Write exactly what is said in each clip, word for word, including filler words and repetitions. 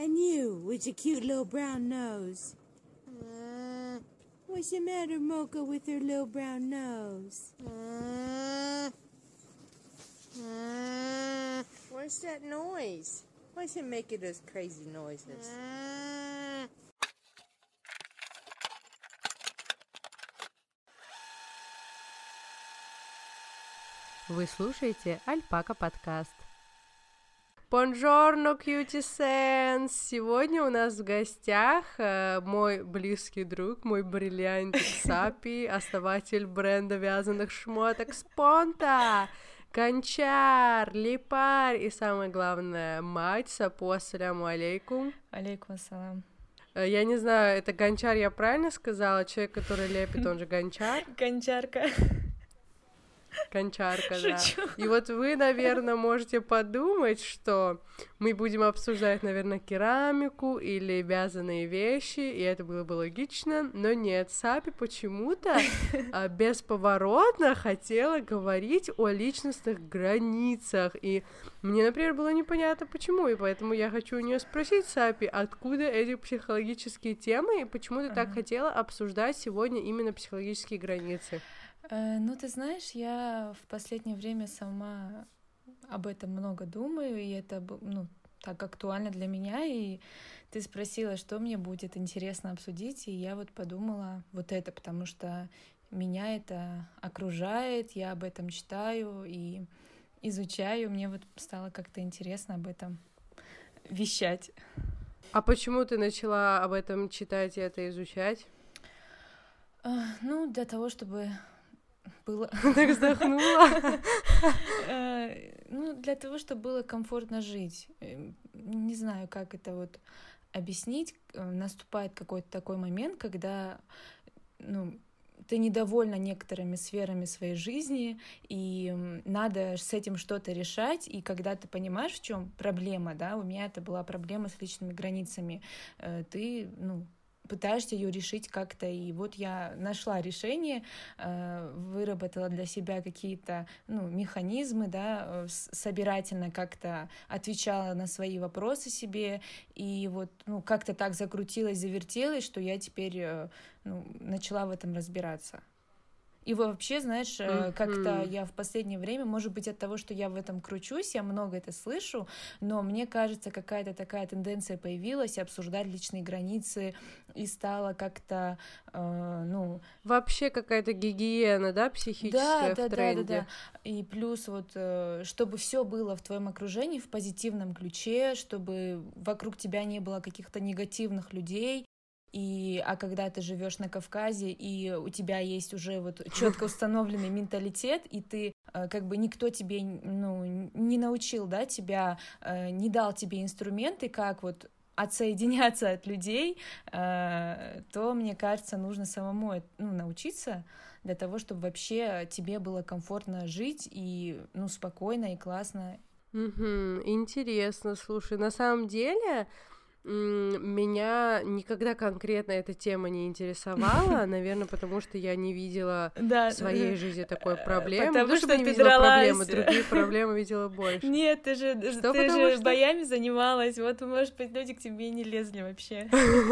And you, with your cute little brown nose. Uh, what's the matter, Mocha, with her little brown nose? Uh, uh, what's that noise? Why's it making those crazy noises? Uh, Вы слушаете Альпака подкаст. Бонжорно, Cutie Sense! Сегодня у нас в гостях э, мой близкий друг, мой бриллиантик Сапи, основатель бренда вязаных шмоток Спонта, Гончар, Липарь и, самое главное, мать Сапу. Ассаляму алейкум. Алейкум ассалам. Я не знаю, это Гончар, я правильно сказала? Человек, который лепит, он же Гончар? Гончарка. Гончарка, да. Шучу. И вот вы, наверное, можете подумать, что мы будем обсуждать, наверное, керамику или вязаные вещи, и это было бы логично, но нет, Сапи почему-то а, бесповоротно хотела говорить о личностных границах, и мне, например, было непонятно, почему, и поэтому я хочу у нее спросить, Сапи, откуда эти психологические темы, и почему ты так хотела обсуждать сегодня именно психологические границы? Ну, ты знаешь, я в последнее время сама об этом много думаю, и это, ну, так актуально для меня, и ты спросила, что мне будет интересно обсудить, и я вот подумала вот это, потому что меня это окружает, я об этом читаю и изучаю, мне вот стало как-то интересно об этом вещать. А почему ты начала об этом читать и это изучать? Ну, для того, чтобы... было... Так вздохнула. Ну, для того, чтобы было комфортно жить. Не знаю, как это вот объяснить. Наступает какой-то такой момент, когда, ну, ты недовольна некоторыми сферами своей жизни, и надо с этим что-то решать, и когда ты понимаешь, в чем проблема, да, у меня это была проблема с личными границами, ты, ну, пытаешься ее решить как-то, и вот я нашла решение, выработала для себя какие-то, ну, механизмы, да, собирательно как-то отвечала на свои вопросы себе, и вот, ну, как-то так закрутилась, завертелась, что я теперь, ну, начала в этом разбираться. И вообще, знаешь, mm-hmm. как-то я в последнее время, может быть, от того, что я в этом кручусь, я много это слышу, но мне кажется, какая-то такая тенденция появилась обсуждать личные границы, и стало как-то, э, ну... Вообще какая-то гигиена, да, психическая, да, в да, тренде. Да, да, да. И плюс вот, чтобы все было в твоем окружении в позитивном ключе, чтобы вокруг тебя не было каких-то негативных людей. И, а когда ты живешь на Кавказе, и у тебя есть уже вот четко установленный менталитет, и ты, как бы, никто тебе, ну, не научил, да, тебя, не дал тебе инструменты, как вот отсоединяться от людей, то, мне кажется, нужно самому, ну, научиться для того, чтобы вообще тебе было комфортно жить и, ну, спокойно и классно. Угу, интересно, слушай, на самом деле... Меня никогда конкретно эта тема не интересовала, наверное, потому что я не видела да, в своей жизни такой проблемы. Потому ну, что не ты видела дралась. проблемы, другие проблемы видела больше. Нет, ты же, что, ты же что... боями занималась, вот, может быть, люди к тебе и не лезли вообще.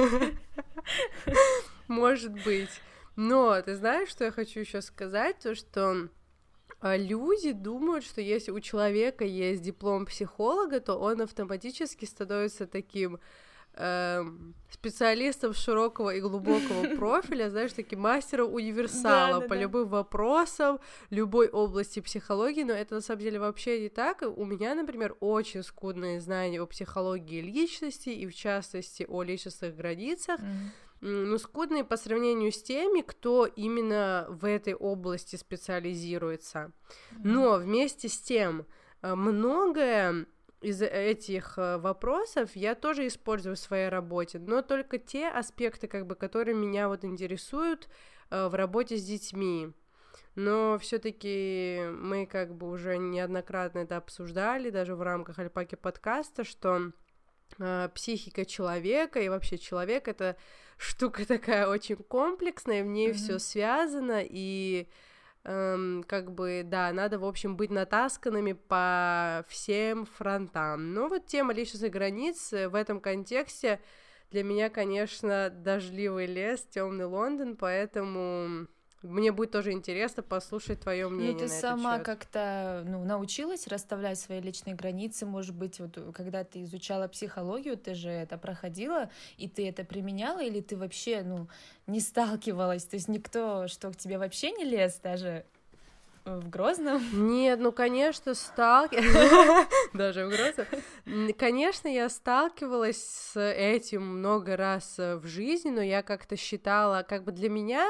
Может быть. Но ты знаешь, что я хочу еще сказать? То, что... Люди думают, что если у человека есть диплом психолога, то он автоматически становится таким э, специалистом широкого и глубокого профиля, знаешь, таким мастером универсала да, да, по да. любым вопросам, любой области психологии, но это на самом деле вообще не так. У меня, например, очень скудные знания о психологии личности и, в частности, о личностных границах, mm-hmm. ну, скудные по сравнению с теми, кто именно в этой области специализируется. Но вместе с тем, многое из этих вопросов я тоже использую в своей работе, но только те аспекты, как бы, которые меня вот интересуют в работе с детьми. Но все-таки мы как бы уже неоднократно это обсуждали, даже в рамках Альпаки подкаста, что психика человека и вообще человек — это штука такая очень комплексная, в ней mm-hmm. все связано, и эм, как бы, да, надо, в общем, быть натасканными по всем фронтам. Но вот тема личностных границ в этом контексте для меня, конечно, дождливый лес, темный Лондон, поэтому мне будет тоже интересно послушать твое мнение Ну, ты на этот сама счет. как-то, ну, научилась расставлять свои личные границы, может быть, вот когда ты изучала психологию, ты же это проходила, и ты это применяла, или ты вообще, ну, не сталкивалась, то есть никто, что к тебе вообще не лез даже в Грозном? Нет, ну, конечно, сталкивалась, даже в Грозном, конечно, я сталкивалась с этим много раз в жизни, но я как-то считала, как бы для меня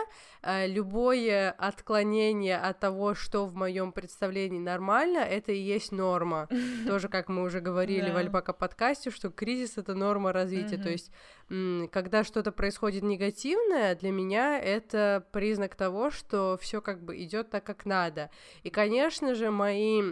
любое отклонение от того, что в моем представлении нормально, это и есть норма. Тоже, как мы уже говорили в Альпака подкасте, что кризис — это норма развития, то есть когда что-то происходит негативное, для меня это признак того, что все как бы идет так, как надо. И, конечно же, мои,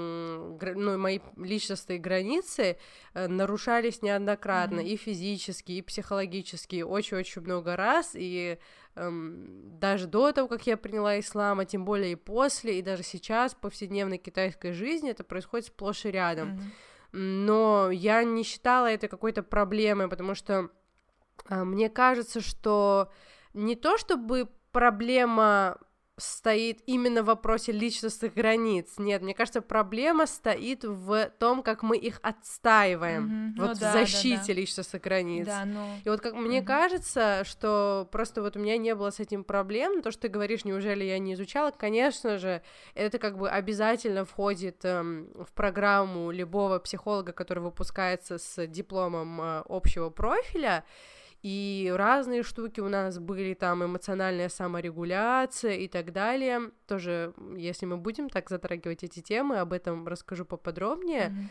ну, мои личностные границы нарушались неоднократно, mm-hmm. и физически, и психологически, очень-очень много раз, и эм, даже до того, как я приняла ислам, а тем более и после, и даже сейчас в повседневной китайской жизни это происходит сплошь и рядом. Mm-hmm. Но я не считала это какой-то проблемой, потому что э, мне кажется, что не то чтобы проблема стоит именно в вопросе личностных границ. Нет, мне кажется, проблема стоит в том, как мы их отстаиваем, mm-hmm. вот ну, в да, защите да, да. личностных границ. Да, ну... И вот как мне mm-hmm. кажется, что просто вот у меня не было с этим проблем, то, что ты говоришь, неужели я не изучала, конечно же, это как бы обязательно входит эм, в программу любого психолога, который выпускается с дипломом э, общего профиля. И разные штуки у нас были, там, эмоциональная саморегуляция и так далее. Тоже, если мы будем так затрагивать эти темы, об этом расскажу поподробнее. Mm-hmm.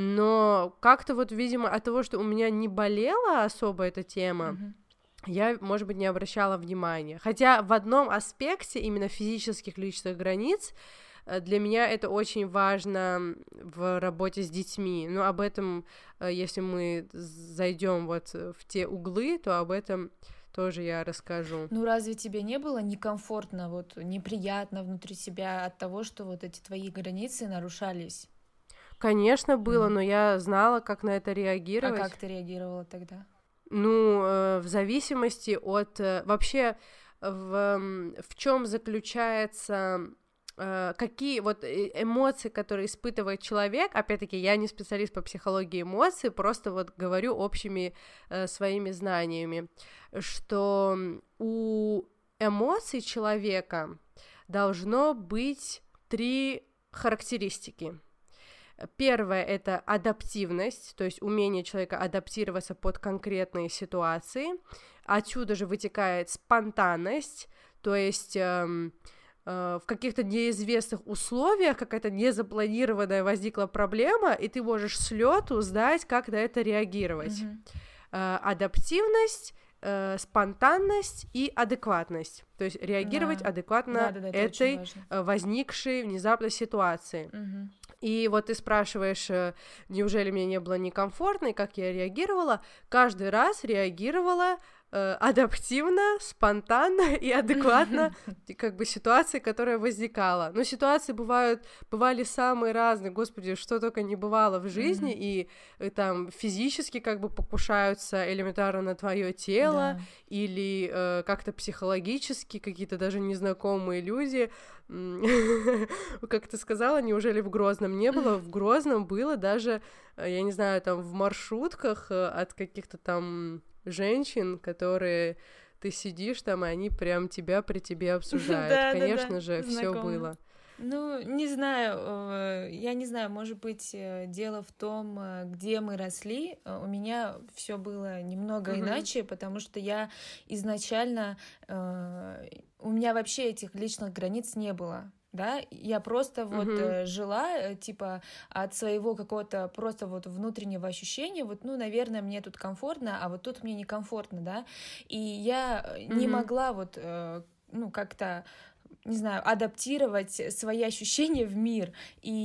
Но как-то вот, видимо, от того, что у меня не болела особо эта тема, mm-hmm. я, может быть, не обращала внимания. Хотя в одном аспекте, именно физических личных границ, для меня это очень важно в работе с детьми, но об этом, если мы зайдем вот в те углы, то об этом тоже я расскажу. Ну разве тебе не было некомфортно, вот неприятно внутри себя от того, что вот эти твои границы нарушались? Конечно, было, mm. но я знала, как на это реагировать. А как ты реагировала тогда? Ну, в зависимости от... Вообще, в, в чем заключается... какие вот эмоции, которые испытывает человек, опять-таки, я не специалист по психологии эмоций, просто вот говорю общими э, своими знаниями, что у эмоций человека должно быть три характеристики. Первое — это адаптивность, то есть умение человека адаптироваться под конкретные ситуации. Отсюда же вытекает спонтанность, то есть... Эм, в каких-то неизвестных условиях какая-то незапланированная возникла проблема, и ты можешь с лету знать, как на это реагировать. Mm-hmm. Адаптивность, спонтанность и адекватность. То есть реагировать да. адекватно да, да, да, этой возникшей внезапной ситуации. Mm-hmm. И вот ты спрашиваешь, неужели мне не было некомфортно, и как я реагировала? Каждый раз реагировала адаптивно, спонтанно и адекватно как бы ситуации, которая возникала. Но ситуации бывают, бывали самые разные, господи, что только не бывало в жизни, mm-hmm. и там физически как бы покушаются элементарно на твое тело, да. или э, как-то психологически какие-то даже незнакомые люди. Как ты сказала, неужели в Грозном не было? В Грозном было даже, я не знаю, там в маршрутках от каких-то там женщин, которые ты сидишь там, и они прям тебя при тебе обсуждают. Да, конечно да, да. же, все было. Ну, не знаю, я не знаю, может быть, дело в том, где мы росли. У меня все было немного mm-hmm. иначе, потому что я изначально... У меня вообще этих личных границ не было. Да, я просто вот uh-huh. жила, типа, от своего какого-то просто вот внутреннего ощущения, вот, ну, наверное, мне тут комфортно, а вот тут мне некомфортно, да, и я uh-huh. не могла вот, ну, как-то не знаю, адаптировать свои ощущения в мир.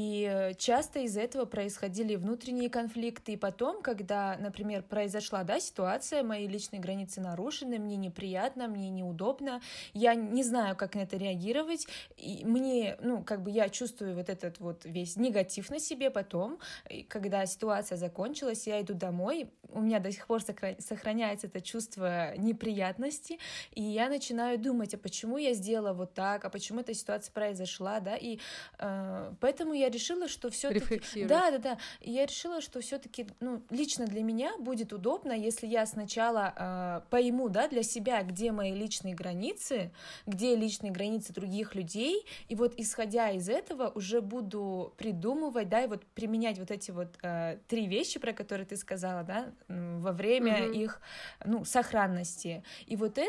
И часто из-за этого происходили внутренние конфликты. И потом, когда, например, произошла, да, ситуация, мои личные границы нарушены, мне неприятно, мне неудобно, я не знаю, как на это реагировать, и мне, ну, как бы я чувствую вот этот вот весь негатив на себе потом, когда ситуация закончилась, я иду домой, у меня до сих пор сохраняется это чувство неприятности, и я начинаю думать, а почему я сделала вот так, а почему эта ситуация произошла, да, и э, поэтому я решила, что все-таки... Да, да, да, и я решила, что все-таки, ну, лично для меня будет удобно, если я сначала э, пойму, да, для себя, где мои личные границы, где личные границы других людей, и вот исходя из этого уже буду придумывать, да, и вот применять вот эти вот э, три вещи, про которые ты сказала, да, во время mm-hmm. их, ну, сохранности. И вот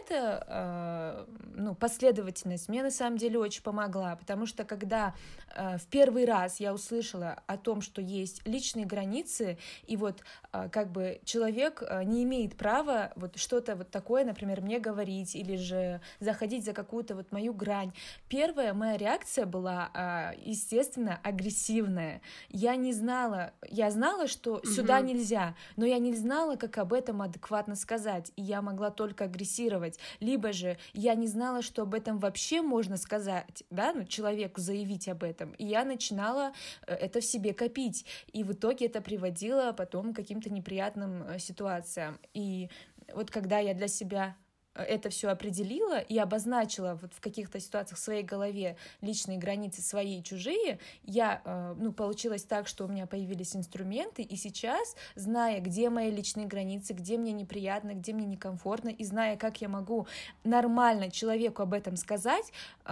это, э, ну, последовательность мне на самом деле очень помогла, потому что когда э, в первый раз я услышала о том, что есть личные границы, и вот э, как бы человек э, не имеет права вот что-то вот такое, например, мне говорить, или же заходить за какую-то вот мою грань. Первая моя реакция была, э, естественно, агрессивная. Я не знала, я знала, что mm-hmm. сюда нельзя, но я не знала, как об этом адекватно сказать, и я могла только агрессировать, либо же я не знала, что об этом вообще можно сказать, да, ну, человеку заявить об этом, и я начинала это в себе копить, и в итоге это приводило потом к каким-то неприятным ситуациям, и вот когда я для себя это все определила и обозначила вот в каких-то ситуациях в своей голове личные границы свои и чужие, я, ну, получилось так, что у меня появились инструменты, и сейчас, зная, где мои личные границы, где мне неприятно, где мне некомфортно, и зная, как я могу нормально человеку об этом сказать,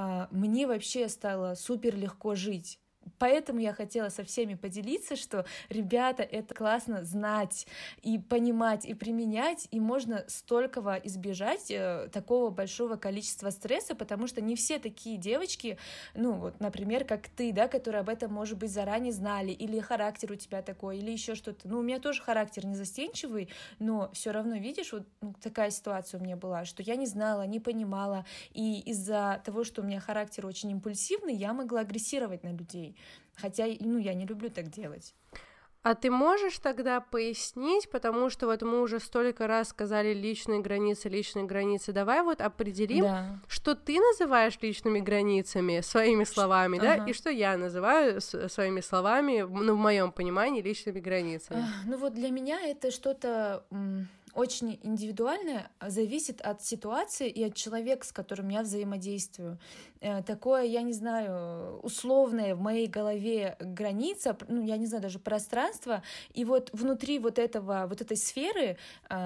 мне вообще стало супер легко жить. Поэтому я хотела со всеми поделиться, что, ребята, это классно знать и понимать, и применять, и можно столького избежать э, такого большого количества стресса, потому что не все такие девочки, ну вот, например, как ты, да, которые об этом, может быть, заранее знали, или характер у тебя такой, или еще что-то. Ну, у меня тоже характер не застенчивый, но все равно, видишь, вот ну, такая ситуация у меня была, что я не знала, не понимала, и из-за того, что у меня характер очень импульсивный, я могла агрессировать на людей. Хотя, ну, я не люблю так делать. А ты можешь тогда пояснить, потому что вот мы уже столько раз сказали личные границы, личные границы, давай вот определим, да. что ты называешь личными границами своими словами, ага. да, и что я называю своими словами, ну, в моем понимании, личными границами. А, ну вот для меня это что-то... М- очень индивидуальное, зависит от ситуации и от человека, с которым я взаимодействую. Такое, я не знаю, условное в моей голове граница, ну, я не знаю, даже пространство, и вот внутри вот этого, вот этой сферы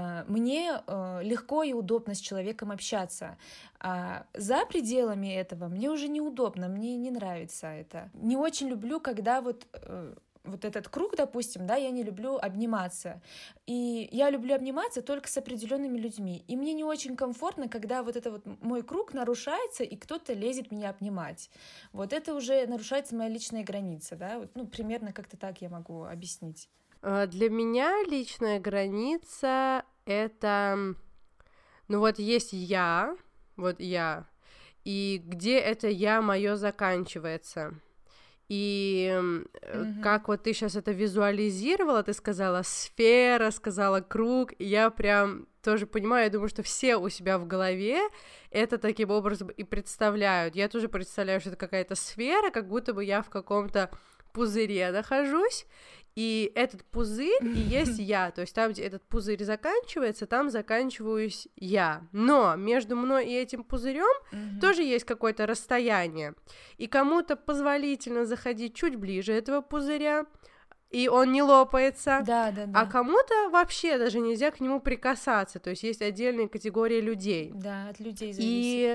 мне легко и удобно с человеком общаться. А за пределами этого мне уже неудобно, мне не нравится это. Не очень люблю, когда вот... вот этот круг, допустим, да, я не люблю обниматься. И я люблю обниматься только с определенными людьми. И мне не очень комфортно, когда вот это вот мой круг нарушается, и кто-то лезет меня обнимать. Вот это уже нарушается моя личная граница, да, вот, ну, примерно как-то так я могу объяснить. Для меня личная граница — это, ну, вот есть я, вот я, и где это я моё заканчивается. И mm-hmm. как вот ты сейчас это визуализировала, ты сказала сфера, сказала круг, и я прям тоже понимаю, я думаю, что все у себя в голове это таким образом и представляют. Я тоже представляю, что это какая-то сфера, как будто бы я в каком-то пузыре нахожусь, и этот пузырь и есть я, то есть там, где этот пузырь заканчивается, там заканчиваюсь я, но между мной и этим пузырем mm-hmm. тоже есть какое-то расстояние, и кому-то позволительно заходить чуть ближе этого пузыря, и он не лопается, да, да, да. а кому-то вообще даже нельзя к нему прикасаться, то есть есть отдельные категории людей. Да, от людей зависит. И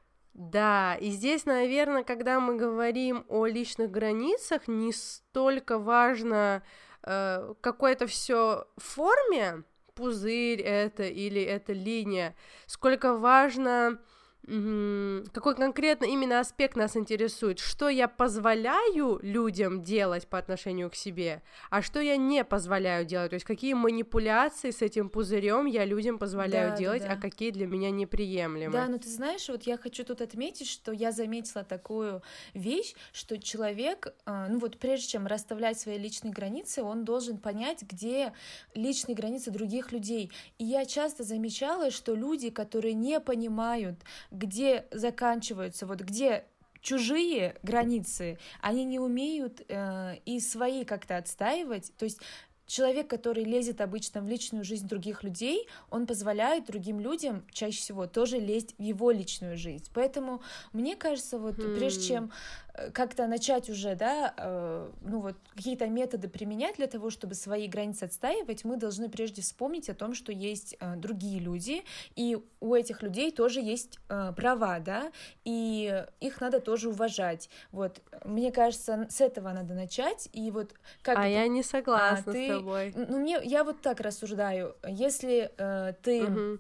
да, и здесь, наверное, когда мы говорим о личных границах, не столько важно, э, какое это все в форме, пузырь это или это линия, сколько важно какой конкретно именно аспект нас интересует, что я позволяю людям делать по отношению к себе, а что я не позволяю делать, то есть какие манипуляции с этим пузырем я людям позволяю да, делать, да, да. а какие для меня неприемлемы. Да, но ты знаешь, вот я хочу тут отметить, что я заметила такую вещь, что человек, ну вот прежде чем расставлять свои личные границы, он должен понять, где личные границы других людей. И я часто замечала, что люди, которые не понимают, где заканчиваются, вот где чужие границы, они не умеют э, и свои как-то отстаивать, то есть человек, который лезет обычно в личную жизнь других людей, он позволяет другим людям чаще всего тоже лезть в его личную жизнь. Поэтому мне кажется, вот hmm. прежде чем как-то начать уже, да, э, ну вот какие-то методы применять для того, чтобы свои границы отстаивать, мы должны прежде вспомнить о том, что есть э, другие люди, и у этих людей тоже есть э, права, да, и их надо тоже уважать. Вот, мне кажется, с этого надо начать, и вот как А это... я не согласна а, ты... с тобой. Ну, мне, я вот так рассуждаю, если э, ты... Uh-huh.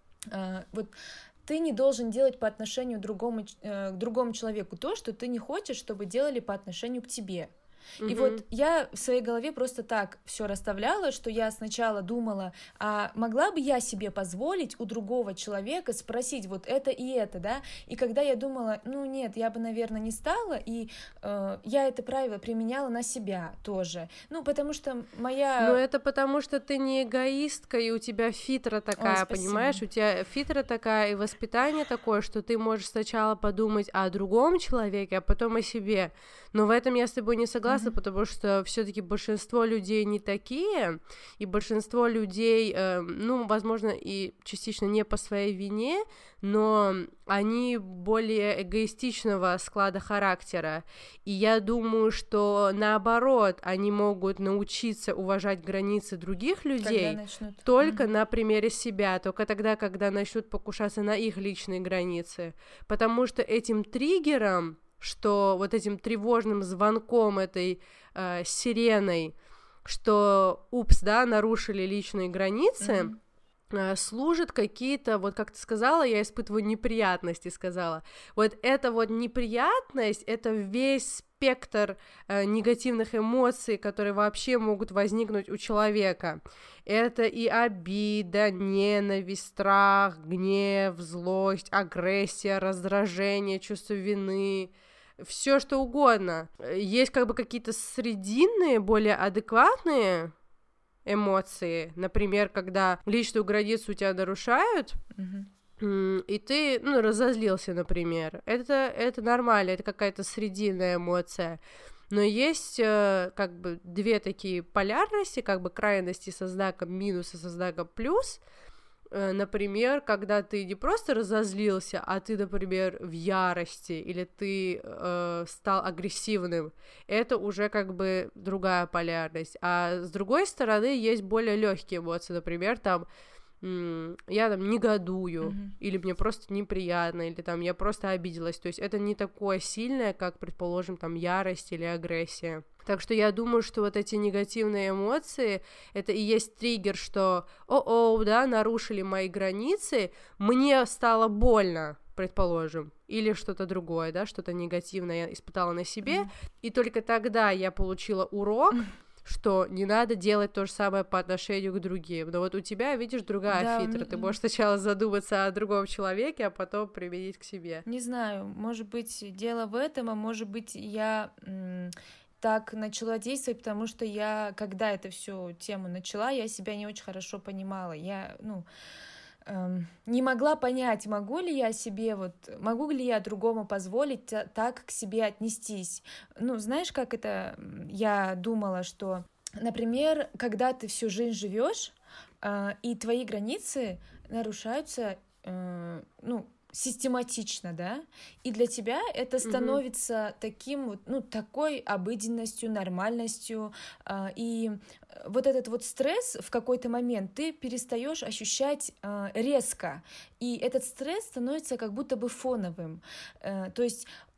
э, вот ты не должен делать по отношению к другому, э, к другому человеку то, что ты не хочешь, чтобы делали по отношению к тебе. И mm-hmm. вот я в своей голове просто так все расставляла, что я сначала думала, а могла бы я себе позволить у другого человека спросить вот это и это, да? И когда я думала, ну нет, я бы, наверное, не стала, и э, я это правило применяла на себя тоже. Ну, потому что моя... Ну, это потому что ты не эгоистка, и у тебя фитра такая, Ой, понимаешь? У тебя фитра такая, и воспитание такое, что ты можешь сначала подумать о другом человеке, а потом о себе. Но в этом я с тобой не согласна, mm-hmm. потому что все-таки большинство людей не такие, и большинство людей, э, ну, возможно, и частично не по своей вине, но они более эгоистичного склада характера. И я думаю, что наоборот, они могут научиться уважать границы других людей только mm-hmm. на примере себя, только тогда, когда начнут покушаться на их личные границы. Потому что этим триггером, что вот этим тревожным звонком, этой э, сиреной, что, упс, да, нарушили личные границы, mm-hmm. э, служат какие-то, вот как ты сказала, я испытываю неприятности, сказала. Вот эта вот неприятность, это весь спектр э, негативных эмоций, которые вообще могут возникнуть у человека. Это и обида, ненависть, страх, гнев, злость, агрессия, раздражение, чувство вины, все что угодно. Есть как бы какие-то срединные, более адекватные эмоции, например, когда личную границу у тебя нарушают, mm-hmm. и ты, ну, разозлился, например. Это, это нормально, это какая-то срединная эмоция. Но есть э, как бы две такие полярности, как бы крайности со знаком минус и со знаком плюс. Например, когда ты не просто разозлился, а ты, например, в ярости, или ты э, стал агрессивным, это уже как бы другая полярность. А с другой стороны, есть более легкие эмоции, например, там м- я там негодую, mm-hmm. или мне просто неприятно, или там я просто обиделась. То есть это не такое сильное, как, предположим, там ярость или агрессия. Так что я думаю, что вот эти негативные эмоции, это и есть триггер, что о-о, да, нарушили мои границы, мне стало больно, предположим, или что-то другое, да, что-то негативное я испытала на себе, mm-hmm. и только тогда я получила урок, что не надо делать то же самое по отношению к другим. Но вот у тебя, видишь, другая да, фитра. Ты можешь сначала задуматься о другом человеке, а потом применить к себе. Не знаю, может быть, дело в этом, а может быть, я... М- так начала действовать, потому что я, когда эту всю тему начала, я себя не очень хорошо понимала. Я, ну, эм, не могла понять, могу ли я себе, вот, могу ли я другому позволить так к себе отнестись. Ну, знаешь, как это я думала, что, например, когда ты всю жизнь живешь, э, и твои границы нарушаются, э, ну, систематично, да, и для тебя это становится mm-hmm. таким вот, ну, такой обыденностью, нормальностью, э, и вот этот вот стресс в какой-то момент ты перестаешь ощущать э, резко, и этот стресс становится как будто бы фоновым, э, то есть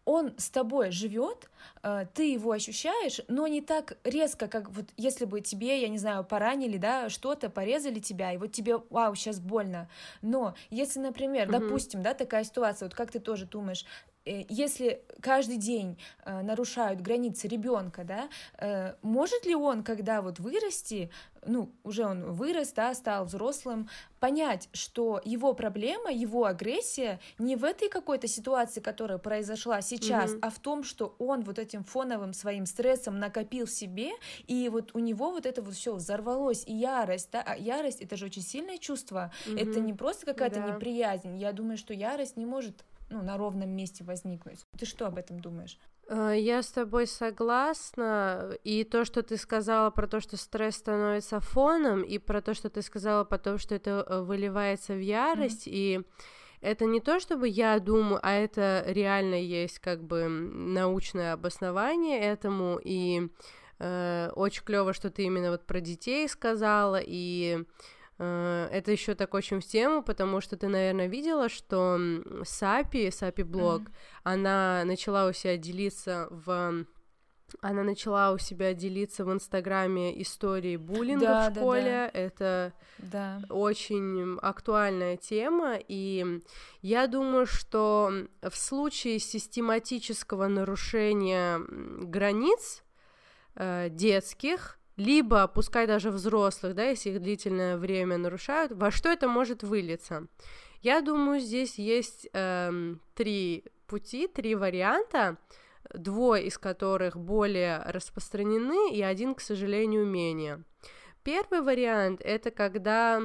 он с тобой живет, ты его ощущаешь, но не так резко, как вот если бы тебе, я не знаю, поранили, да, что-то, порезали тебя, и вот тебе, вау, сейчас больно. Но если, например, Мгм. допустим, да, такая ситуация, вот как ты тоже думаешь, э, если каждый день э, нарушают границы ребенка, да, э, может ли он, когда вот вырасти, ну, уже он вырос, да, стал взрослым, понять, что его проблема, его агрессия не в этой какой-то ситуации, которая произошла сейчас, Мгм. а в том, что он вот этим фоновым своим стрессом накопил в себе, и вот у него вот это вот все взорвалось, и ярость, да, а ярость — это же очень сильное чувство, это Мгм. не просто какая-то Да. неприязнь, я думаю, что ярость не может, ну, на ровном месте возникнуть. Ты что об этом думаешь? Э, Я с тобой согласна, и то, что ты сказала про то, что стресс становится фоном, и про то, что ты сказала потом, что это э, выливается в ярость, и это не то, чтобы я думаю, а это реально есть как бы м, научное обоснование этому, и э, очень клево, что ты именно вот про детей сказала, и э, это еще так очень в тему, потому что ты, наверное, видела, что м, Сапи, Сапи блог, Мгм. она начала у себя делиться в... Она начала у себя делиться в Инстаграме историей буллинга Да, в да, школе. Это Да. очень актуальная тема, и я думаю, что в случае систематического нарушения м, границ э, детских, либо, пускай даже взрослых, да, если их длительное время нарушают, во что это может вылиться? Я думаю, здесь есть эм, три пути, три варианта, двое из которых более распространены, и один, к сожалению, менее. Первый вариант — это когда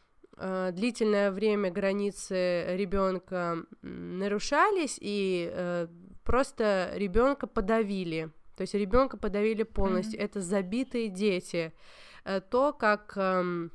э, длительное время границы ребенка нарушались, и э, просто ребенка подавили. То есть ребенка подавили полностью. Мгм. Это забитые дети. Э, то, как эм,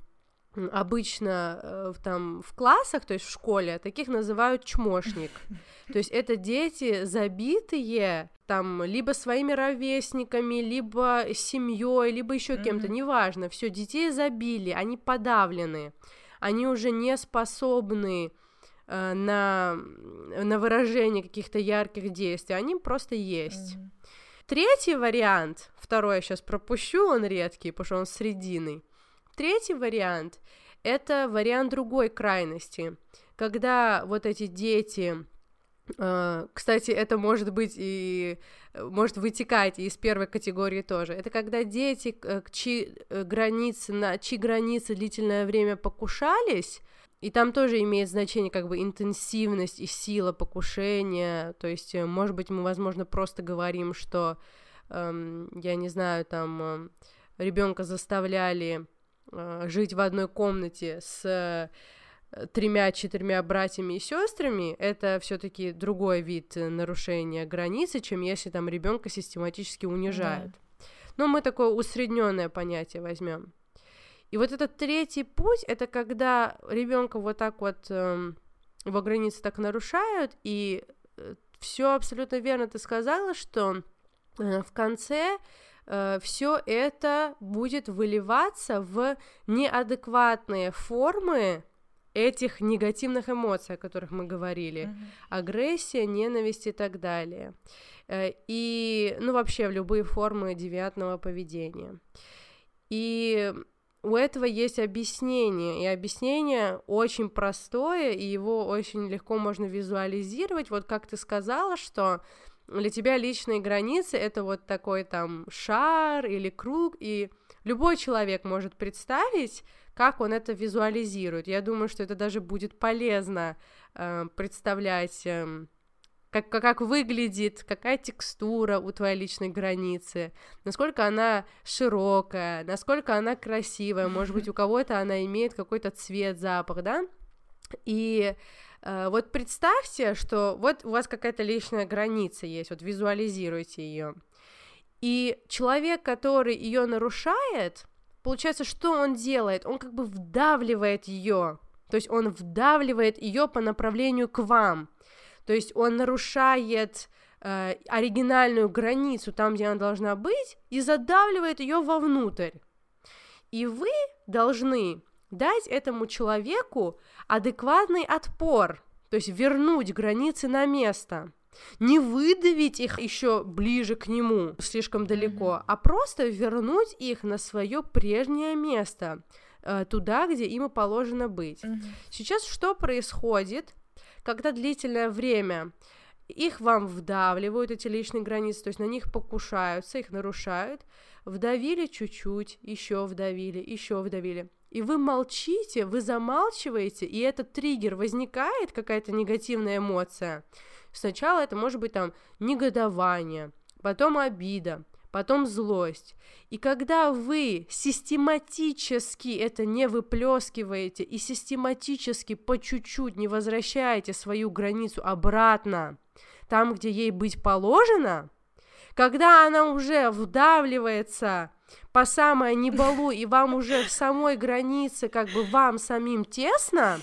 обычно э, в- там в классах, то есть в школе, таких называют чмошник. То есть это дети забитые, там, либо своими ровесниками, либо семьей, либо еще кем-то, Мгм. неважно, все, детей забили, они подавлены, они уже не способны э, на, на выражение каких-то ярких действий, они просто есть. Мгм. Третий вариант, второй я сейчас пропущу, он редкий, потому что он срединный. Третий вариант — это вариант другой крайности, когда вот эти дети... Uh, кстати, это может быть и может вытекать и из первой категории тоже. Это когда дети, чьи границы, на чьи границы длительное время покушались, и там тоже имеет значение как бы интенсивность и сила покушения. То есть, может быть, мы, возможно, просто говорим, что, эм, я не знаю, там ребенка заставляли э, жить в одной комнате с тремя-четырьмя братьями и сестрами, это все-таки другой вид нарушения границы, чем если там ребенка систематически унижают. Да. Но мы такое усредненное понятие возьмем. И вот этот третий путь, это когда ребенка вот так вот э, его границы так нарушают, и э, все абсолютно верно ты сказала, что э, в конце э, все это будет выливаться в неадекватные формы этих негативных эмоций, о которых мы говорили. Мгм. Агрессия, ненависть и так далее. И, ну, вообще, в любые формы девиантного поведения. И у этого есть объяснение, и объяснение очень простое, и его очень легко можно визуализировать. Вот как ты сказала, что для тебя личные границы — это вот такой там шар или круг, и любой человек может представить, как он это визуализирует. Я думаю, что это даже будет полезно э, представлять, э, как, как выглядит, какая текстура у твоей личной границы, насколько она широкая, насколько она красивая, может быть, у кого-то она имеет какой-то цвет, запах, да? И э, вот представьте, что вот у вас какая-то личная граница есть, вот визуализируйте ее. И человек, который ее нарушает, получается, что он делает? Он как бы вдавливает ее, то есть он вдавливает ее по направлению к вам, то есть он нарушает э, оригинальную границу там, где она должна быть, и задавливает ее вовнутрь. И вы должны дать этому человеку адекватный отпор, то есть вернуть границы на место. Не выдавить их еще ближе к нему, слишком далеко, mm-hmm. а просто вернуть их на свое прежнее место, туда, где им и положено быть. Mm-hmm. Сейчас что происходит, когда длительное время их вам вдавливают, эти личные границы, то есть на них покушаются, их нарушают, вдавили чуть-чуть, еще вдавили, еще вдавили. И вы молчите, вы замалчиваете, и этот триггер возникает, какая-то негативная эмоция. Сначала это может быть там негодование, потом обида, потом злость. И когда вы систематически это не выплескиваете и систематически по чуть-чуть не возвращаете свою границу обратно, там, где ей быть положено, когда она уже вдавливается по самое не балу, и вам уже в самой границе, как бы вам самим тесно,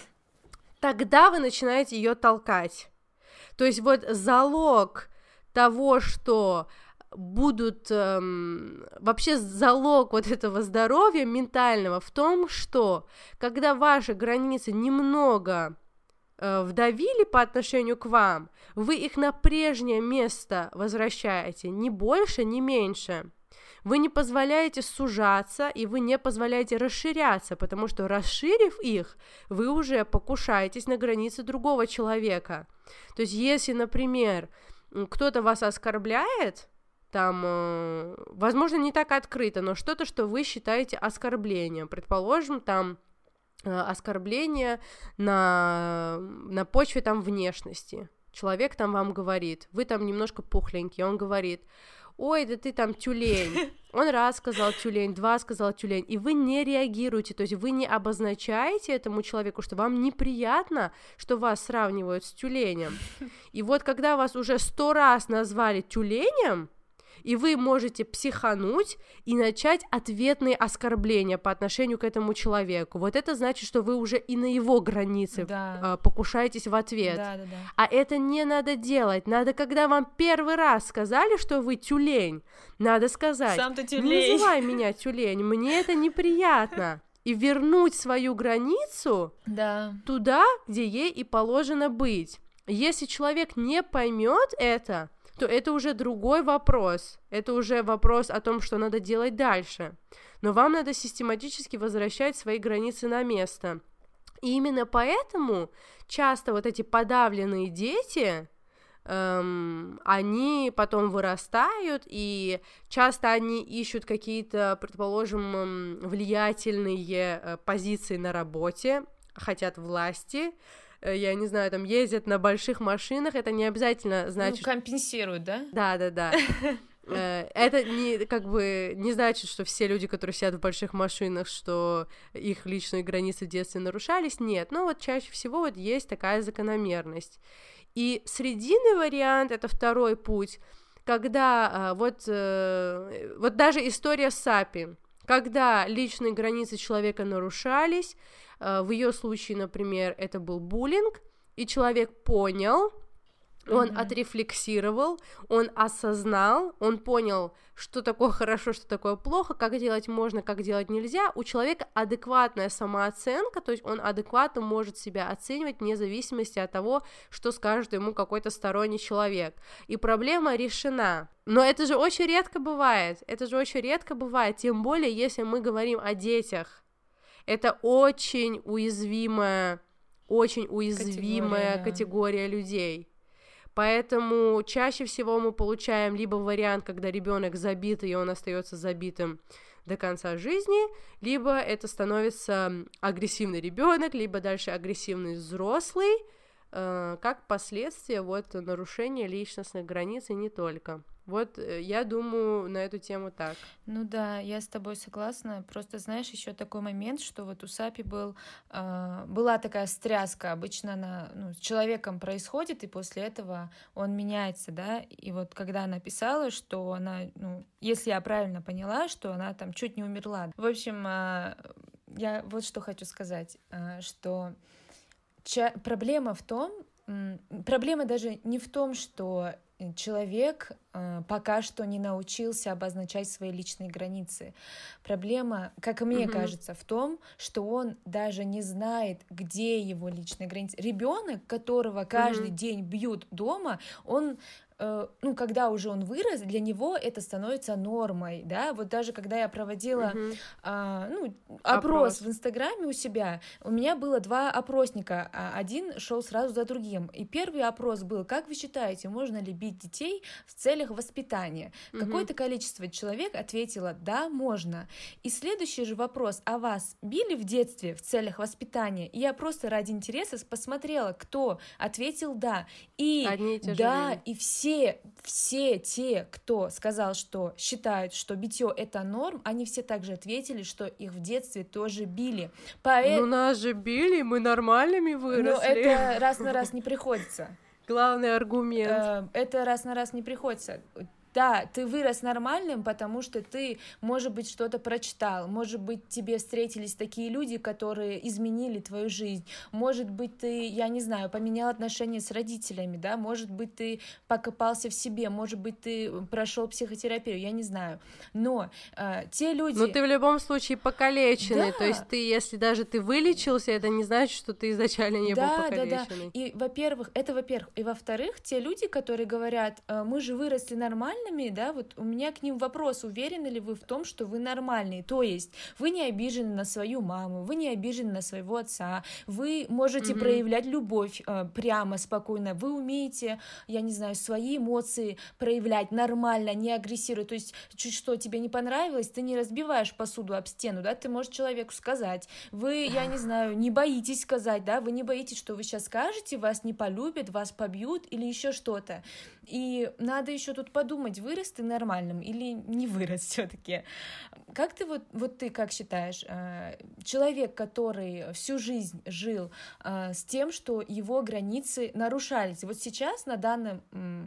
тогда вы начинаете ее толкать. То есть вот залог того, что будут... Эм, вообще залог вот этого здоровья ментального в том, что когда ваши границы немного э, вдавили по отношению к вам, вы их на прежнее место возвращаете, ни больше, ни меньше. Вы не позволяете сужаться, и вы не позволяете расширяться, потому что, расширив их, вы уже покушаетесь на границы другого человека. То есть, если, например, кто-то вас оскорбляет, там, э, возможно, не так открыто, но что-то, что вы считаете оскорблением, предположим, там, э, оскорбление на, на почве, там, внешности. Человек там вам говорит, вы там немножко пухленький, он говорит: ой, да ты там тюлень. Он раз сказал тюлень, два сказал тюлень, и вы не реагируете, то есть вы не обозначаете этому человеку, что вам неприятно, что вас сравнивают с тюленем. И вот когда вас уже сто раз назвали тюленем, и вы можете психануть и начать ответные оскорбления по отношению к этому человеку. Вот это значит, что вы уже и на его границе да. э, покушаетесь в ответ. Да, да, да. А это не надо делать. Надо, когда вам первый раз сказали, что вы тюлень, надо сказать: сам ты тюлень. Не называй меня тюлень, мне это неприятно. И вернуть свою границу да. туда, где ей и положено быть. Если человек не поймет это, то это уже другой вопрос. Это уже вопрос о том, что надо делать дальше. Но вам надо систематически возвращать свои границы на место. И именно поэтому часто вот эти подавленные дети, эм, они потом вырастают, и часто они ищут какие-то, предположим, влиятельные э, позиции на работе, хотят власти, я не знаю, там ездят на больших машинах, это не обязательно значит... Ну, компенсируют, да? Да-да-да. Это не, как бы, не значит, что все люди, которые сидят в больших машинах, что их личные границы в детстве нарушались, нет, но вот чаще всего вот есть такая закономерность. И срединный вариант — это второй путь, когда вот, вот даже история Сапи, когда личные границы человека нарушались, в ее случае, например, это был буллинг, и человек понял, он mm-hmm. отрефлексировал, он осознал, он понял, что такое хорошо, что такое плохо, как делать можно, как делать нельзя. У человека адекватная самооценка, то есть он адекватно может себя оценивать вне зависимости от того, что скажет ему какой-то сторонний человек. И проблема решена. Но это же очень редко бывает, это же очень редко бывает, тем более, если мы говорим о детях. Это очень уязвимая, очень уязвимая категория, да. категория людей. Поэтому чаще всего мы получаем либо вариант, когда ребенок забит, и он остается забитым до конца жизни, либо это становится агрессивный ребенок, либо дальше агрессивный взрослый, э, как последствие вот нарушения личностных границ и не только. Вот я думаю на эту тему так. Ну да, я с тобой согласна. Просто знаешь, еще такой момент, что вот у Сапи был, э, была такая стряска. Обычно она ну, с человеком происходит, и после этого он меняется, да. И вот когда она писала, что она, ну, если я правильно поняла, что она там чуть не умерла. В общем, э, я вот что хочу сказать, э, что ча- проблема в том, э, проблема даже не в том, что человек э, пока что не научился обозначать свои личные границы. Проблема, как мне mm-hmm. кажется, в том, что он даже не знает, где его личные границы. Ребенок, которого каждый mm-hmm. день бьют дома, он ну, когда уже он вырос, для него это становится нормой, да, вот даже когда я проводила uh-huh. а, ну, опрос, опрос в Инстаграме у себя, у меня было два опросника, один шел сразу за другим, и первый опрос был: как вы считаете, можно ли бить детей в целях воспитания? Uh-huh. Какое-то количество человек ответило: да, можно. И следующий же вопрос: а вас били в детстве в целях воспитания? И я просто ради интереса посмотрела, кто ответил да, и да, и все Все, все те, кто сказал, что считают, что битье это норм, они все также ответили, что их в детстве тоже били. Поэт... Ну нас же били, мы нормальными выросли. Но это раз на раз не приходится. Главный аргумент. Это раз на раз не приходится. Да, ты вырос нормальным, потому что ты, может быть, что-то прочитал, может быть, тебе встретились такие люди, которые изменили твою жизнь, может быть, ты, я не знаю, поменял отношения с родителями, да, может быть, ты покопался в себе, может быть, ты прошел психотерапию, я не знаю, но э, те люди... Но ты в любом случае покалеченный, да. то есть ты, если даже ты вылечился, это не значит, что ты изначально не да, был покалеченный. Да, да, и, во-первых, это во-первых, и во-вторых, те люди, которые говорят: мы же выросли нормально, да, вот у меня к ним вопрос: уверены ли вы в том, что вы нормальные, то есть вы не обижены на свою маму, вы не обижены на своего отца, вы можете mm-hmm. проявлять любовь э, прямо, спокойно, вы умеете, я не знаю, свои эмоции проявлять нормально, не агрессируя, то есть чуть что тебе не понравилось, ты не разбиваешь посуду об стену, да, ты можешь человеку сказать, вы, я не знаю, не боитесь сказать, да, вы не боитесь, что вы сейчас скажете, вас не полюбят, вас побьют или еще что-то, и надо еще тут подумать, вырос ты нормальным или не вырос все-таки. Как ты вот, вот ты как считаешь, человек, который всю жизнь жил с тем, что его границы нарушались, вот сейчас на данном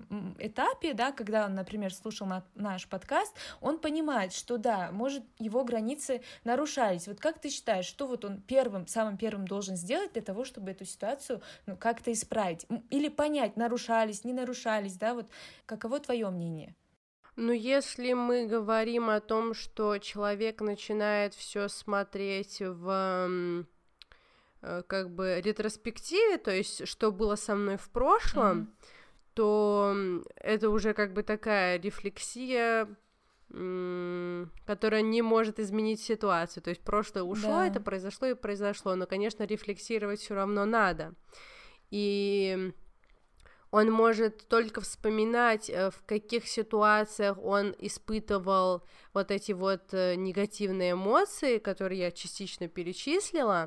этапе, да, когда он, например, слушал наш подкаст, он понимает, что да, может, его границы нарушались. Вот как ты считаешь, что вот он первым, самым первым должен сделать для того, чтобы эту ситуацию, ну, как-то исправить? Или понять, нарушались, не нарушались, да, вот каково твое мнение? Ну, если мы говорим о том, что человек начинает все смотреть в как бы ретроспективе, то есть что было со мной в прошлом, mm-hmm. то это уже как бы такая рефлексия, которая не может изменить ситуацию. То есть прошлое ушло, да. это произошло и произошло, но, конечно, рефлексировать все равно надо. И он может только вспоминать, в каких ситуациях он испытывал вот эти вот негативные эмоции, которые я частично перечислила,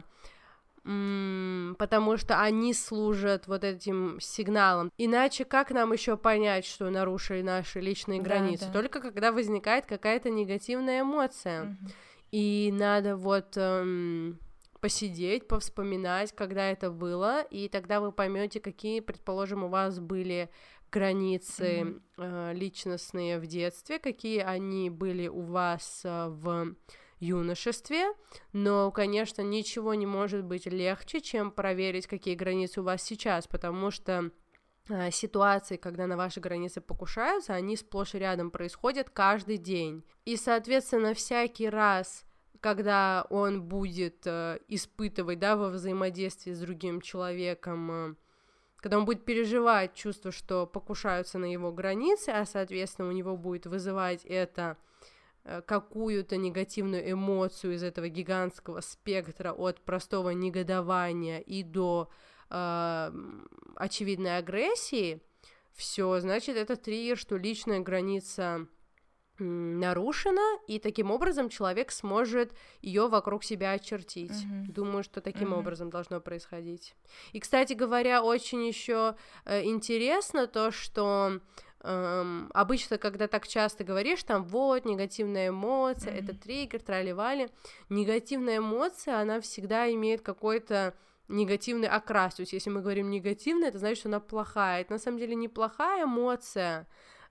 потому что они служат вот этим сигналом. Иначе как нам еще понять, что нарушили наши личные да, границы? Да. Только когда возникает какая-то негативная эмоция. Угу. И надо вот эм, посидеть, повспоминать, когда это было, и тогда вы поймете, какие, предположим, у вас были границы угу. э, личностные в детстве, какие они были у вас э, в юношестве, но, конечно, ничего не может быть легче, чем проверить, какие границы у вас сейчас, потому что э, ситуации, когда на ваши границы покушаются, они сплошь и рядом происходят каждый день. И, соответственно, всякий раз, когда он будет э, испытывать, да, во взаимодействии с другим человеком, э, когда он будет переживать чувство, что покушаются на его границы, а, соответственно, у него будет вызывать это какую-то негативную эмоцию из этого гигантского спектра от простого негодования и до э, очевидной агрессии, все, значит, это триггер, что личная граница м, нарушена, и таким образом человек сможет ее вокруг себя очертить. Mm-hmm. Думаю, что таким mm-hmm. образом должно происходить. И, кстати говоря, очень еще э, интересно то, что Um, обычно, когда так часто говоришь, там, вот, негативная эмоция, mm-hmm. это триггер, трали-вали, негативная эмоция, она всегда имеет какой-то негативный окрас, то есть если мы говорим негативная, это значит, что она плохая, это на самом деле неплохая эмоция,